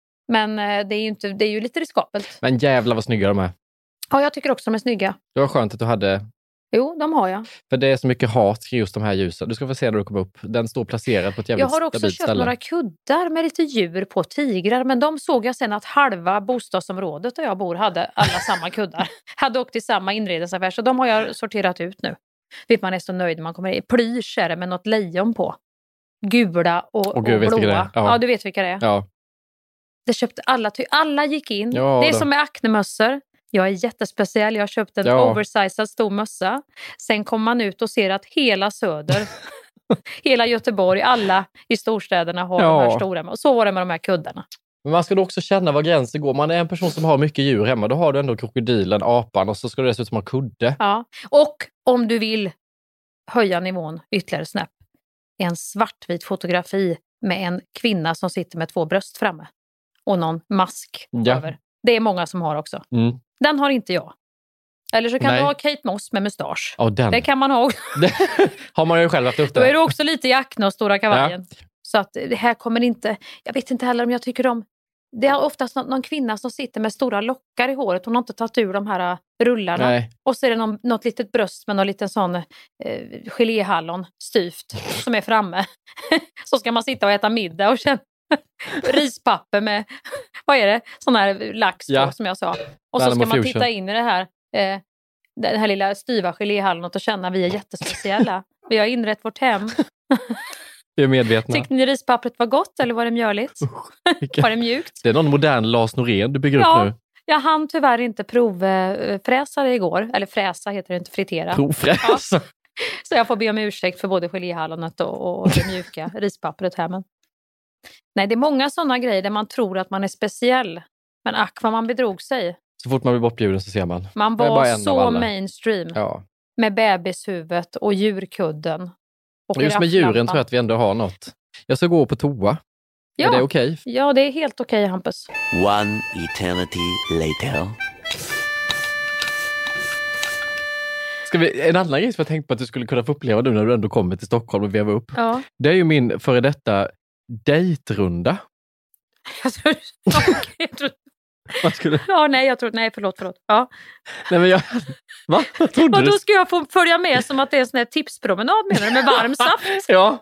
Men eh, det är ju, inte, det är ju lite riskabelt. Men jävlar vad snygga de är. Ja, jag tycker också de är snygga. Det var skönt att du hade... Jo, de har jag. För det är så mycket hat kring just de här ljusen. Du ska få se när du kommer upp. Den står placerad på ett jävligt Jag har också stabilt köpt ställe. några kuddar med lite djur på, tigrar. Men de såg jag sen att halva bostadsområdet där jag bor hade alla samma kuddar. Hade åkt till samma inredningsaffär. Så de har jag sorterat ut nu. Vet man är så nöjd när man kommer in. Plysch är det med något lejon på. Gula och, Åh, gud, och vet vilka blåa. det är. Ja. Ja, du vet vilka det är. Ja. Det köpte alla. Ty alla gick in. Ja, det är då. som med aknemössor. Jag är jättespeciell. Jag har köpt en Ja. oversized stor mössa. Sen kommer man ut och ser att hela söder, hela Göteborg, alla i storstäderna har Ja. de här stora. Och så var det med de här kuddarna. Men man ska då också känna var gränsen går. Man är en person som har mycket djur hemma. Då har du ändå krokodilen, apan och så ska du dessutom ha kudde. Ja. Och om du vill höja nivån ytterligare snäpp. En svartvit fotografi med en kvinna som sitter med två bröst framme. Och någon mask Ja. över. Det är många som har också. Mm. Den har inte jag. Eller så kan Nej. du ha Kate Moss med mustasch. Ja, den. Det kan man ha också. Det har man ju själv haft upp Då det. är du också lite i akne och stora kavajen. Så att det här kommer inte... Jag vet inte heller om jag tycker om... Det är oftast någon, någon kvinna som sitter med stora lockar i håret. Hon har inte tagit ur de här uh, rullarna. Nej. Och så är det någon, något litet bröst med någon liten sån eh, geléhallon styvt som är framme. Så ska man sitta och äta middag och känna rispapper med, vad är det? Sån här lax Ja. då, som jag sa. Och så ska man titta in i det här, eh, den här lilla styva geléhallonet och känna att vi är jättespeciella. Vi har inrett vårt hem. Vi är medvetna. Tyckte ni rispappret var gott eller var det mjöligt? Var det mjukt? Det är någon modern Lars Norén du bygger Ja. upp nu. Jag hann tyvärr inte provfräsa det igår. Eller fräsa heter det inte, fritera. Provfräs. Ja. Så jag får be om ursäkt för både geléhallonet och, och det mjuka rispappret här. Men... Nej, det är många sådana grejer där man tror att man är speciell. Men ack vad man bedrog sig. Så fort man blir bortbjuden så ser man. Man Jag är bara var en av så alla. mainstream. Ja. Med bebishuvudet och djurkudden. Och Och just med girafflampan. djuren tror jag att vi ändå har något. Jag ska gå på toa. Ja. Är det okej? Ja, det är helt okej, Hampus. One eternity later. Ska vi, en annan grej som jag tänkte på att du skulle kunna få uppleva nu när du ändå kommer till Stockholm och veva upp. Ja. Det är ju min före detta dejtrunda. Jag tror, okay, jag tror, Vad skulle... Ja, nej, jag tror... Nej, förlåt, förlåt. Ja. Nej, men jag... Va? Vad trodde Och du? då ska jag få följa med som att det är en sån här tipspromenad, menar du, med varm saft? Ja.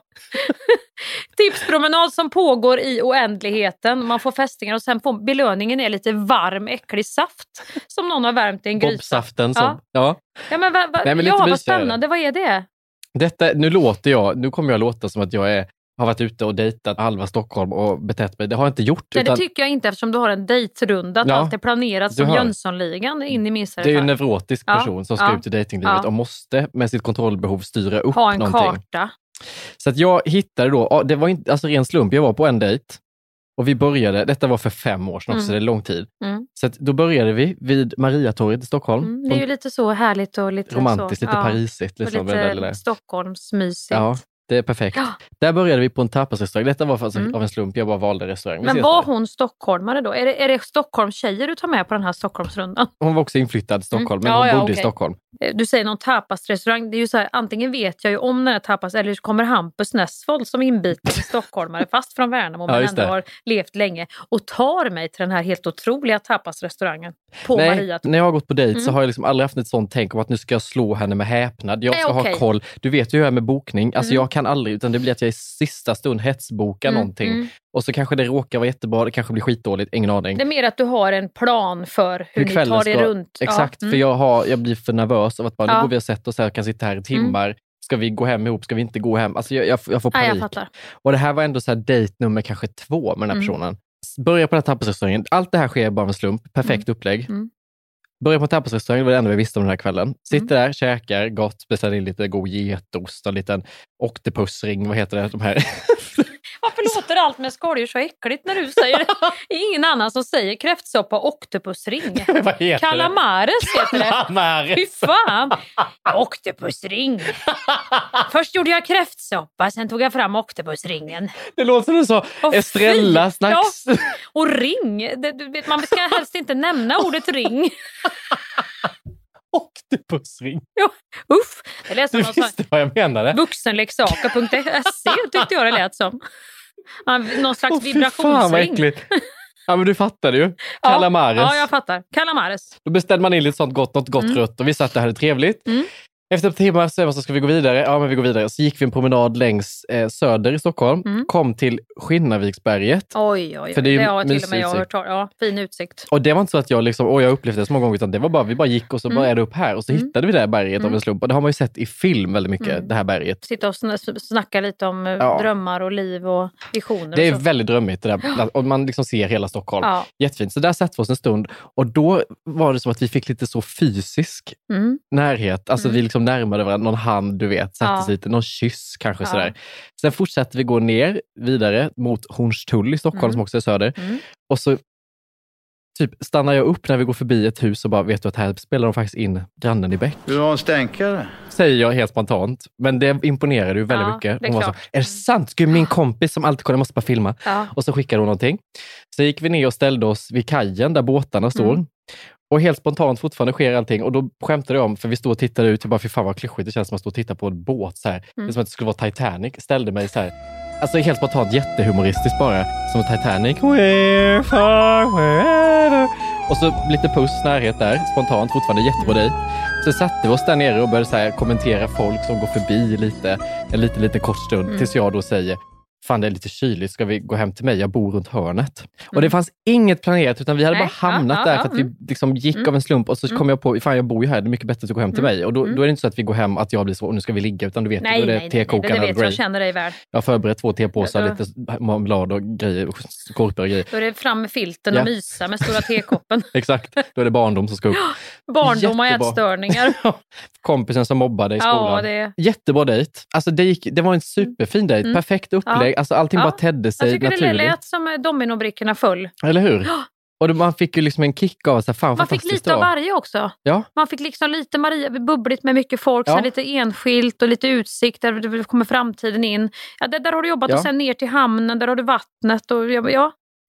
Tipspromenad som pågår i oändligheten. Man får fästingar och sen får belöningen är lite varm, äcklig saft som någon har värmt i en gryta. Bobsaften som... Ja. Ja. Ja, men, va, va, Nej, men lite ja vad mysigare. spännande. Vad är det? Detta, nu låter jag... Nu kommer jag låta som att jag är... har varit ute och dejtat halva Stockholm och betett mig. Det har jag inte gjort. Nej, utan... det tycker jag inte eftersom du har en dejtrunda. Att Ja, allt är planerat som har... Jönssonligan in i minsta Det är ju en detalj. neurotisk person ja. som ska ja. ut i dejtinglivet ja. och måste med sitt kontrollbehov styra upp ha en någonting. karta. Så att jag hittade då, det var inte alltså ren slump, jag var på en dejt och vi började, detta var för fem år sedan också, Mm. det är lång tid. Mm. Så att då började vi vid Mariatorget i Stockholm. Mm, det är ju lite så härligt och lite romantiskt, så, lite ja. parisigt. Liksom, och lite eller, eller. Stockholmsmysigt. Ja, det är perfekt. Ja. Där började vi på en tapasrestaurang. Detta var alltså Mm. av en slump, jag bara valde restaurang. Vi Men ses var där. hon stockholmare då? Är det, är det Stockholmstjejer du tar med på den här Stockholmsrundan? Hon var också inflyttad till Stockholm, Mm. men Ja, hon ja, bodde okej. i Stockholm. Du säger någon tapasrestaurang. Det är ju så här, antingen vet jag ju om den här tapas eller så kommer Hampus Nessvold som inbiten stockholmare fast från Värnamo Ja, men just ändå det. har levt länge och tar mig till den här helt otroliga tapasrestaurangen på Nej, Maria. när jag har gått på dejt Mm. så har jag liksom aldrig haft ett sånt tänk om att nu ska jag slå henne med häpnad. Jag Nej, ska okej. ha koll. Du vet ju hur jag är med bokning. Alltså Mm. jag kan aldrig, utan det blir att jag i sista stund hetsbokar Mm, någonting. mm. Och så kanske det råkar vara jättebra, det kanske blir skitdåligt, ingen aning. Det är mer att du har en plan för hur, ni tar det runt. Exakt, Ja, för jag, har, jag blir för nervös av att bara, Ja. nu går vi och sätter oss här och kan sitta här i timmar. Ska vi gå hem ihop? Ska vi inte gå hem? Alltså jag, jag, jag får Nej, panik. jag fattar. Och det här var ändå så här dejt nummer kanske två med den här Mm. personen. Börjar på den här tapasrestaurangen. Allt det här sker bara med en slump. Perfekt upplägg. Mm. Börjar på en tapasrestaurang, det var det enda vi visste om den här kvällen. Sitter där, käkar, gott, beställer in lite god getost och en liten octopusring, vad heter det? De här. Varför låter allt med skaldjur så äckligt när du säger det? Det är ingen annan som säger kräftsoppa och oktopusring. Vad heter Calamares heter det. Calamares. Fy fan! Oktopusring. Först gjorde jag kräftsoppa, sen tog jag fram oktopusringen. Det låter som så. Åh, fy. Estrella snacks. Ja. Och ring. Det, du vet, man ska helst inte nämna ordet ring. Oktopusring. Ja, uff. Det lät som Du någon sån visste vad jag menade. vuxenleksaker punkt se tyckte jag det lät som. Ja, någon slags Åh, fy fan vad vibrationsring. äckligt. Ja, men du fattade ju. Ja, Calamares. Ja, jag fattar. Calamares. Då beställde man in lite sånt gott, något gott Mm. rött och vi satt där och hade trevligt. Mm. Efter ett timmar så, så ska vi gå vidare. Ja, men vi går vidare. Så gick vi en promenad längs eh, söder i Stockholm. Mm. Kom till Skinnarviksberget. Oj, oj, oj. För det är ju det har till och mysig med jag har hört utsikt. talas. Ja, fin utsikt. Och det var inte så att jag liksom, åh, jag upplevde det så många gånger, utan det var bara, vi bara gick och så Mm. bara är det upp här. Och så Mm. hittade vi det här berget av Mm. en slump. Och det har man ju sett i film väldigt mycket, Mm. det här berget. Sitta och sn- snacka lite om eh, Ja. drömmar och liv och visioner. Det är och så. väldigt drömmigt det där. Och man liksom ser hela Stockholm. Ja. Jättefint. Så där satt vi oss en stund. Och då var det som att vi fick lite så fysisk Mm. närhet. Alltså Mm. vi liksom närmade varandra. Någon hand, du vet, satte Ja. sig lite. Någon kyss kanske Ja. sådär. Sen fortsatte vi gå ner vidare mot Hornstull i Stockholm Mm. som också är söder. Mm. Och så typ stannar jag upp när vi går förbi ett hus och bara, vet du att här spelar de faktiskt in Grannen i Bäck. Du har en stänkare. Säger jag helt spontant. Men det imponerade ju väldigt Ja, mycket. det är Hon var så, klart. är det sant? Gud, min kompis som alltid kollar, jag måste bara filma. Ja. Och så skickade hon någonting. Så gick vi ner och ställde oss vid kajen där båtarna står. Mm. Och helt spontant fortfarande sker allting. Och då skämtade jag om, för vi stod och tittade ut och bara, fy fan vad klyschigt det känns som att stå och titta på en båt så här. Det är som att det skulle vara Titanic. Ställde mig så här. Alltså helt spontant jättehumoristiskt bara. Som Titanic. We're far, wherever. Och så lite puss, närhet där. Spontant, fortfarande jättebra dig. Så satte vi oss där nere och började så här kommentera folk som går förbi lite. En liten, liten kort stund. Mm. Tills jag då säger, fan det är lite kyligt, ska vi gå hem till mig? Jag bor runt hörnet. Och det fanns inget planerat, utan vi hade Nej. bara hamnat Ja, där ja, för att ja. vi liksom gick Mm. av en slump. Och så Mm. kom jag på, fan jag bor ju här, det är mycket bättre att gå hem till Mm. mig. Och då, Mm. då är det inte så att vi går hem, att jag blir så, och nu ska vi ligga, utan du vet, Nej, då är nej, det nej, nej, tekokaren det och vet jag. Grey. Jag känner dig väl. Jag har förberett två tepåsar, Ja. lite marmelad och grejer, skorpor och grejer. Då är det fram med filten Ja. och mysa med stora tekoppen. Exakt, då är det barndom som ska upp. Barndom och Jättebra. ätstörningar. Kompisen som mobbade i Ja, skolan. det- Jättebra dejt. Alltså det, gick, det var en superfin dejt. Mm. Perfekt upplägg. Ja. Alltså allting Ja. bara tedde Jag sig tycker det naturligt. lät som dominobrickorna föll. Eller hur? Och då, man fick ju liksom en kick av att fan Man fick fantastiskt lite av bra. varje också. Ja. Man fick liksom lite Maria, bubbligt med mycket folk, Ja. sen lite enskilt och lite utsikt, där det kommer framtiden in. Ja, där, där har du jobbat Ja. och sen ner till hamnen, där har du vattnet. Och, ja, ja.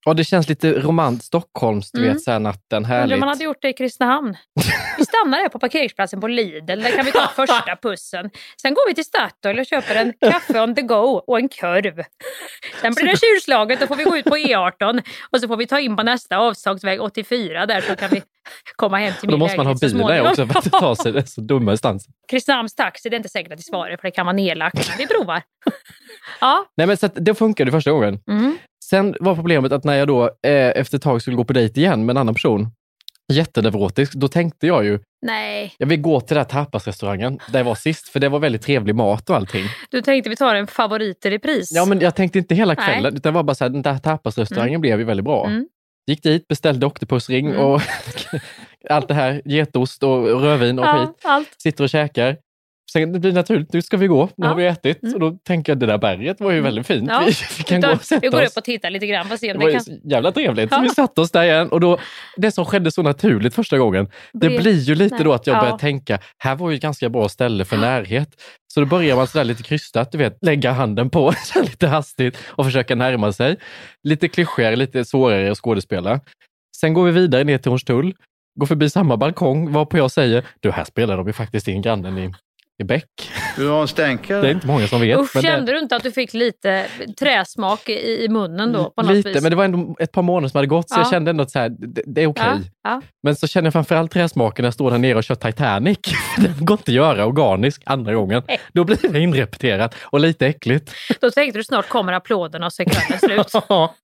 Ja, det känns lite romant Stockholms, du Mm. vet, så här natten, Undrar härligt. om man hade gjort det i Kristinehamn. Vi stannar här på parkeringsplatsen på Lidl. Där kan vi ta första pussen. Sen går vi till Statoil och köper en kaffe on the go och en korv. Sen blir det kylslaget och får vi gå ut på E arton. Och så får vi ta in på nästa avslagsväg åttiofyra. Där så kan vi komma hem till min Då måste man ha lägenhet så bilen småningom. också för att ta sig det så dumma distanser. Kristinehamns taxi, det är inte säkert att det svarar för det kan vara nedlagt. Men vi provar. Ja. Nej, men så att det funkade första gången. Mm. Sen var problemet att när jag då eh, efter ett tag skulle gå på dejt igen med en annan person, jätteneurotisk, då tänkte jag ju, Nej, jag vill gå till den här tapasrestaurangen där jag var sist, för det var väldigt trevlig mat och allting. du tänkte vi tar en favorit i repris. Ja, men jag tänkte inte hela kvällen, Nej. utan det var bara så här, den där tapasrestaurangen Mm. blev ju väldigt bra. Mm. Gick dit, beställde oktopusring Mm. och allt det här, getost och rödvin och Ja, skit. allt. Sitter och käkar. Sen det blir naturligt, nu ska vi gå, nu Ja. har vi ätit. Mm. Och då tänker jag, det där berget var ju väldigt fint. Ja. Vi, vi kan gå och sätta Vi går oss. upp och tittar lite grann för att se om Det det, var kan... ju jävla trevligt. Så Ja. vi satte oss där igen. Och då, det som skedde så naturligt första gången, det Blir- blir ju lite Nej. då att jag Ja. börjar tänka, här var ju ett ganska bra ställe för närhet. Så då börjar man sådär lite krystat, du vet, lägga handen på så lite hastigt och försöka närma sig. Lite klyschigare, lite svårare att skådespela. Sen går vi vidare ner till Hornstull, går förbi samma balkong, varpå jag säger, du, här spelar de ju faktiskt in grannen i, i Bäck. Du har en stänkare. Det är inte många som vet. Usch, men det- kände du inte att du fick lite träsmak i, i munnen då? På något Lite, vis? men det var ändå ett par månader som hade gått, så Ja. jag kände ändå att så här, det, det är okej. Ja, ja. Men så känner jag framförallt träsmaken när jag står där nere och kör Titanic. Den går inte att göra organisk andra gången. Då blir det inrepeterat och lite äckligt. Då tänkte du snart kommer applåderna och så är kvällen slut.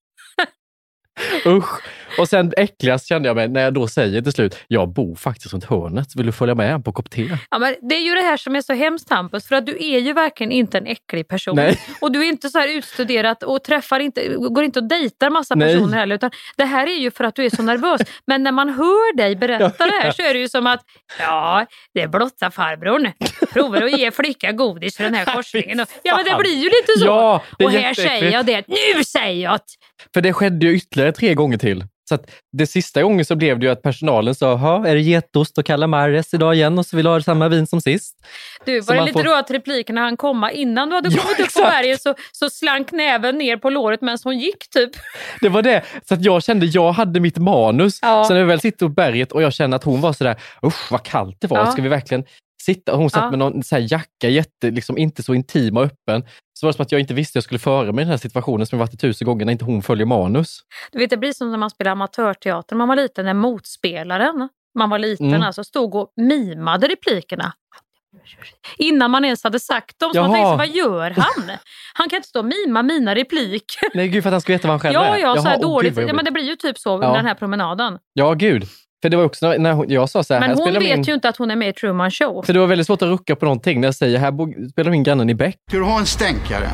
Usch. Och sen äckligast kände jag mig när jag då säger till slut, jag bor faktiskt runt hörnet. Vill du följa med på kopp te? Ja, men det är ju det här som är så hemskt, Hampus, för att du är ju verkligen inte en äcklig person. Nej. Och du är inte så här utstuderat och träffar inte, går inte och dejtar massa Nej. personer heller, utan det här är ju för att du är så nervös. Men när man hör dig berätta det här så är det ju som att, ja, det är blotta farbrorn. Provar att ge flicka godis för den här korsningen. Och, ja, men det blir ju lite så. Ja, det är och här jätteäckligt. säger jag det, nu säger jag att För det skedde ju ytterligare tre gånger till. Så att det sista gången så blev det ju att personalen sa, ha, är det getost och calamares idag igen och så vill du ha samma vin som sist? du, Så var det man lite får- då att replikerna han komma innan du hade Ja, kommit upp på exakt. berget så, så slank näven ner på låret medan hon gick typ. Det var det. Så att jag kände, jag hade mitt manus. Ja. Så när vi väl sitter på berget och jag känner att hon var sådär, usch vad kallt det var. Ja. Ska vi verkligen sitta? Hon satt Ja. med någon så här jacka, jätte, liksom inte så intim och öppen. Så var det som att jag inte visste jag skulle föra mig i den här situationen som jag varit i tusen gånger när inte hon följer manus. Du vet, det blir som när man spelar amatörteater. Man var liten när motspelaren, man var liten Mm. alltså, stod och mimade replikerna. Innan man ens hade sagt dem. Så man Jaha. tänkte, vad gör han? Han kan inte stå och mima mina repliker. Nej gud, för att han ska veta vad han själv Ja, är. ja, så här Jaha, åh, dåligt. gud, vad Ja, jobbigt. men det blir ju typ så Ja. under den här promenaden. Ja, gud. För det var också när- när hon, jag sa så här, Men här hon spelar vet min... ju inte att hon är med i Truman Show. För det var väldigt svårt att rucka på någonting när jag säger, här bo- spelar min grannen i Bäck. Ska du ha en stänkare?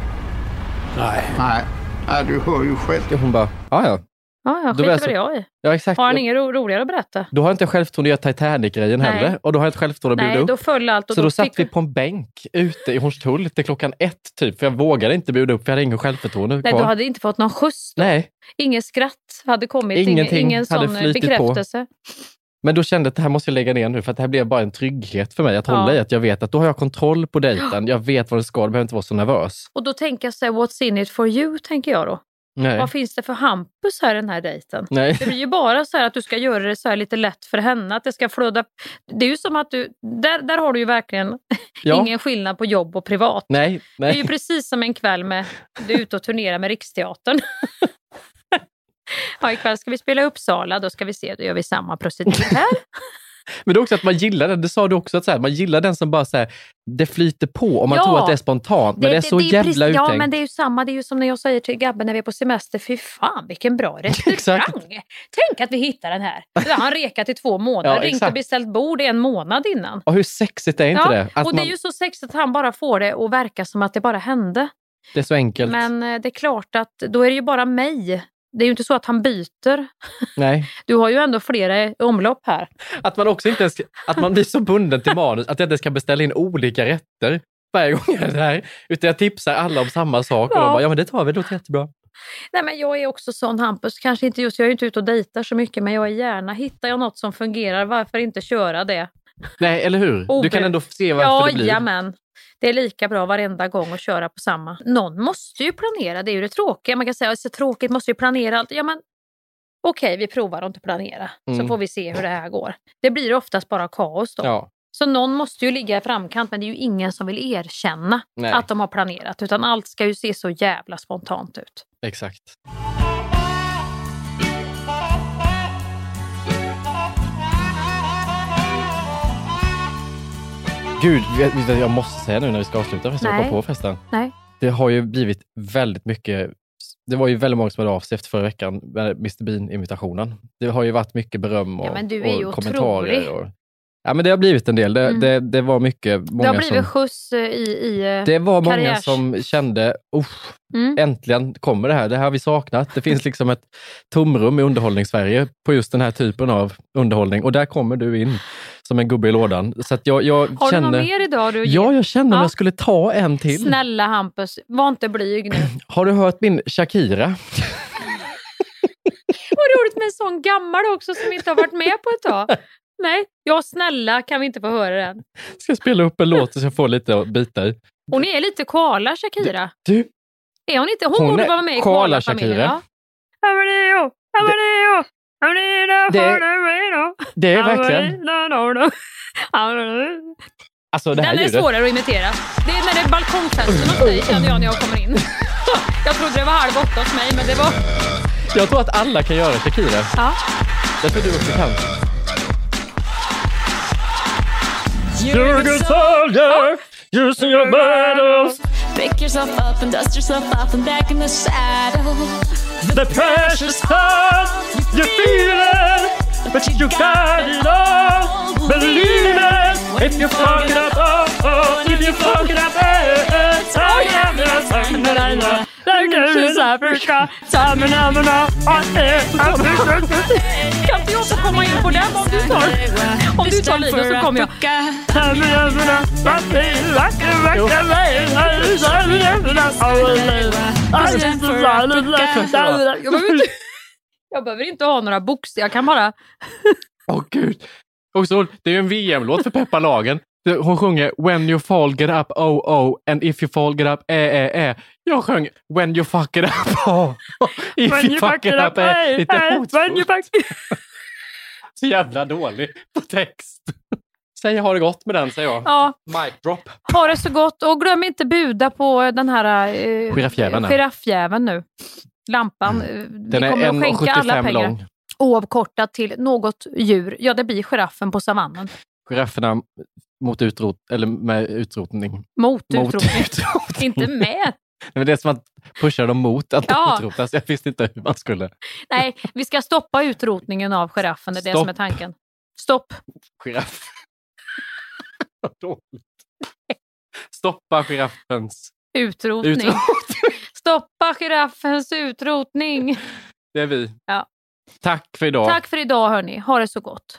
Nej. Nej. Nej, du hör ju själv. Och hon bara, ja ja. Ja, jag Då skiter är så- väl jag i. Ja, exakt. Har han inget ro- roligare att berätta? Då har jag inte självförtroende att göra Titanic-grejen Nej. heller. Och då har jag inte självförtroende att Nej, bjuda då upp. föll allt. Och Så då satt fick... vi på en bänk ute i Hornstull till klockan ett typ. För jag vågade inte bjuda upp för jag hade ingen självförtroende Nej, kvar. du hade inte fått någon skjuts då. Nej, Ingen skratt hade kommit. Ingen, Ingenting ingen hade sån flytit på. bekräftelse. men då kände jag att det här måste jag lägga ner nu. För att det här blev bara en trygghet för mig att Ja. hålla i. Att jag vet att då har jag kontroll på dejten. Jag vet vad det ska, jag behöver inte vara så nervös. Och då tänker jag så här, what's in it for you, tänker jag då. Nej. Vad finns det för Hampus här i den här dejten? Nej. Det blir ju bara så här att du ska göra det så här lite lätt för henne. Att det ska flöda. Det är ju som att du, där, där har du ju verkligen Ja. ingen skillnad på jobb och privat. Nej, Det är ju nej. precis som en kväll med, du är ute och turnerar med Riksteatern. Ja, ikväll ska vi spela i Uppsala, då ska vi se, då gör vi samma procedur här. Men det är också att man gillar den. Det sa du också, att så här, man gillar den som bara så här, det flyter på och man Ja. tror att det är spontant. Men det, är så är ju jävla precis- uttänkt. Ja, men det är ju samma. Det är ju som när jag säger till Gabbe när vi är på semester, fy fan vilken bra restaurang. Exakt. Tänk att vi hittar den här. Då har han rekat i två månader, Ja, ringt exakt. och beställt bord en månad innan. Och hur sexigt är inte Ja, det? Att och det är man, ju så sexigt att han bara får det att verka som att det bara hände. det är så enkelt. Men eh, det är klart att då är det ju bara mig. Det är ju inte så att han byter. Nej. Du har ju ändå flera omlopp här. Att man också inte ens, att man blir så bunden till manus att jag inte ska beställa in olika rätter varje gång jag är där. Utan jag tipsar alla om samma sak och Ja. de bara, ja men det tar vi, det låter jättebra. Nej, men jag är också sån, Hampus. Kanske inte just, jag är ju inte ute och dejtar så mycket, men jag är gärna, hittar jag något som fungerar, varför inte köra det? Nej, eller hur? Obe- Du kan ändå se varför Ja, det blir. jamen. Det är lika bra varenda gång att köra på samma. Någon måste ju planera, det är ju det tråkiga. Man kan säga att det är så tråkigt, måste ju planera allt. Ja men okej, okay, vi provar att inte planera. Mm. Så får vi se hur det här går. Det blir oftast bara kaos då. Ja. Så någon måste ju ligga i framkant, men det är ju ingen som vill erkänna Nej. Att de har planerat. Utan allt ska ju se så jävla spontant ut. Exakt. Gud, jag måste säga nu när vi ska avsluta förresten. Jag kom på förresten. Nej. Det har ju blivit väldigt mycket. Det var ju väldigt många som hade av sig efter förra veckan med mister Bean-imitationen. Det har ju varit mycket beröm och, ja, men du är ju och kommentarer. Och, ja, men det har blivit en del. Det, mm. det, det var mycket. Många det har blivit som, skjuts i, i Det var många karriärs. som kände, mm. äntligen kommer det här. Det här har vi saknat. Det finns liksom ett tomrum i underhållningssverige på just den här typen av underhållning. Och där kommer du in som en gubbe i lådan. Så att jag, jag har känner, du någon mer idag? Du ja, jag kände ja. Om jag skulle ta en till. Snälla Hampus, var inte blyg nu. Har du hört min Shakira? Vad roligt med en sån gammal också som inte har varit med på ett tag. Nej, ja snälla, kan vi inte få höra den? Ska jag spela upp en låt så jag får lite att bita i. Hon är lite koala, Shakira. Du? Är hon inte? Hon, hon borde vara med i koala-familjen. Ja. Det, det är verkligen... Alltså, det här den är ljudet. Svårare att imitera. Det är när det är balkongfesten hos dig, kände jag när jag kommer in. Jag trodde det var halv åtta hos mig, men det var... Jag tror att alla kan göra Shakira. Ja. Jag tror du också kan. You're a good soldier, using your battles. Pick yourself up and dust yourself off and back in the saddle. The precious heart, you feel it, but you got it all. Believe it, if you fuck it up, oh, oh, if you fuck it up, eh, eh, oh, yeah, there's something that I know. Like this Africa, Samina, Mina, kan inte jag få komma in på den om du tar om du tar livet så kommer jag. Samina, Mina, jag behöver inte jag behöver inte ha några bokstäver, jag kan bara åh oh, gud. Och så, det är ju en V M-låt för Peppa Lagen. Hon sjunger When you fall get up, oh oh, and if you fall get up, eh eh eh. Jag sjöng When you fuck it up, oh, if when you fuck it up, up eh. Lite eh, when you fuck... Så jävla dålig på text. Säg ha det gott med den, säger jag. Ja. Mic drop. Ha det så gott och glöm inte buda på den här eh, giraffjäveln. Giraffjäveln nu. Lampan. Mm. Den är en komma sjuttiofem lång. Oavkortat till något djur. Ja, det blir giraffen på savannen. Girafferna mot utrot eller med utrotning. Mot, mot utrotning. utrotning. Inte med. Men det är som att pusha dem mot att ja. utrotas. Jag visste inte hur man skulle. Nej, vi ska stoppa utrotningen av giraffen. Det är Stopp. Det som är tanken. Stopp. Giraff. Stoppa giraffens utrotning. utrotning. Stoppa giraffens utrotning. Det är vi. Ja. Tack för idag. Tack för idag, hörni. Ha det så gott.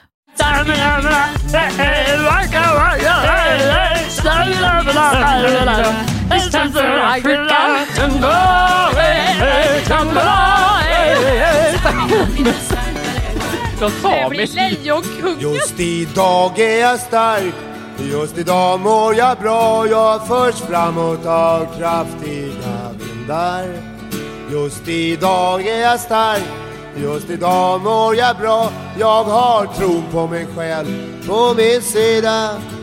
Det blir lejonkungen. Just idag är jag stark. Just idag mår jag bra. Jag förs framåt av kraftiga vindar. Just idag är jag stark. Just idag mår jag bra. Jag har tron på mig själv på min sida.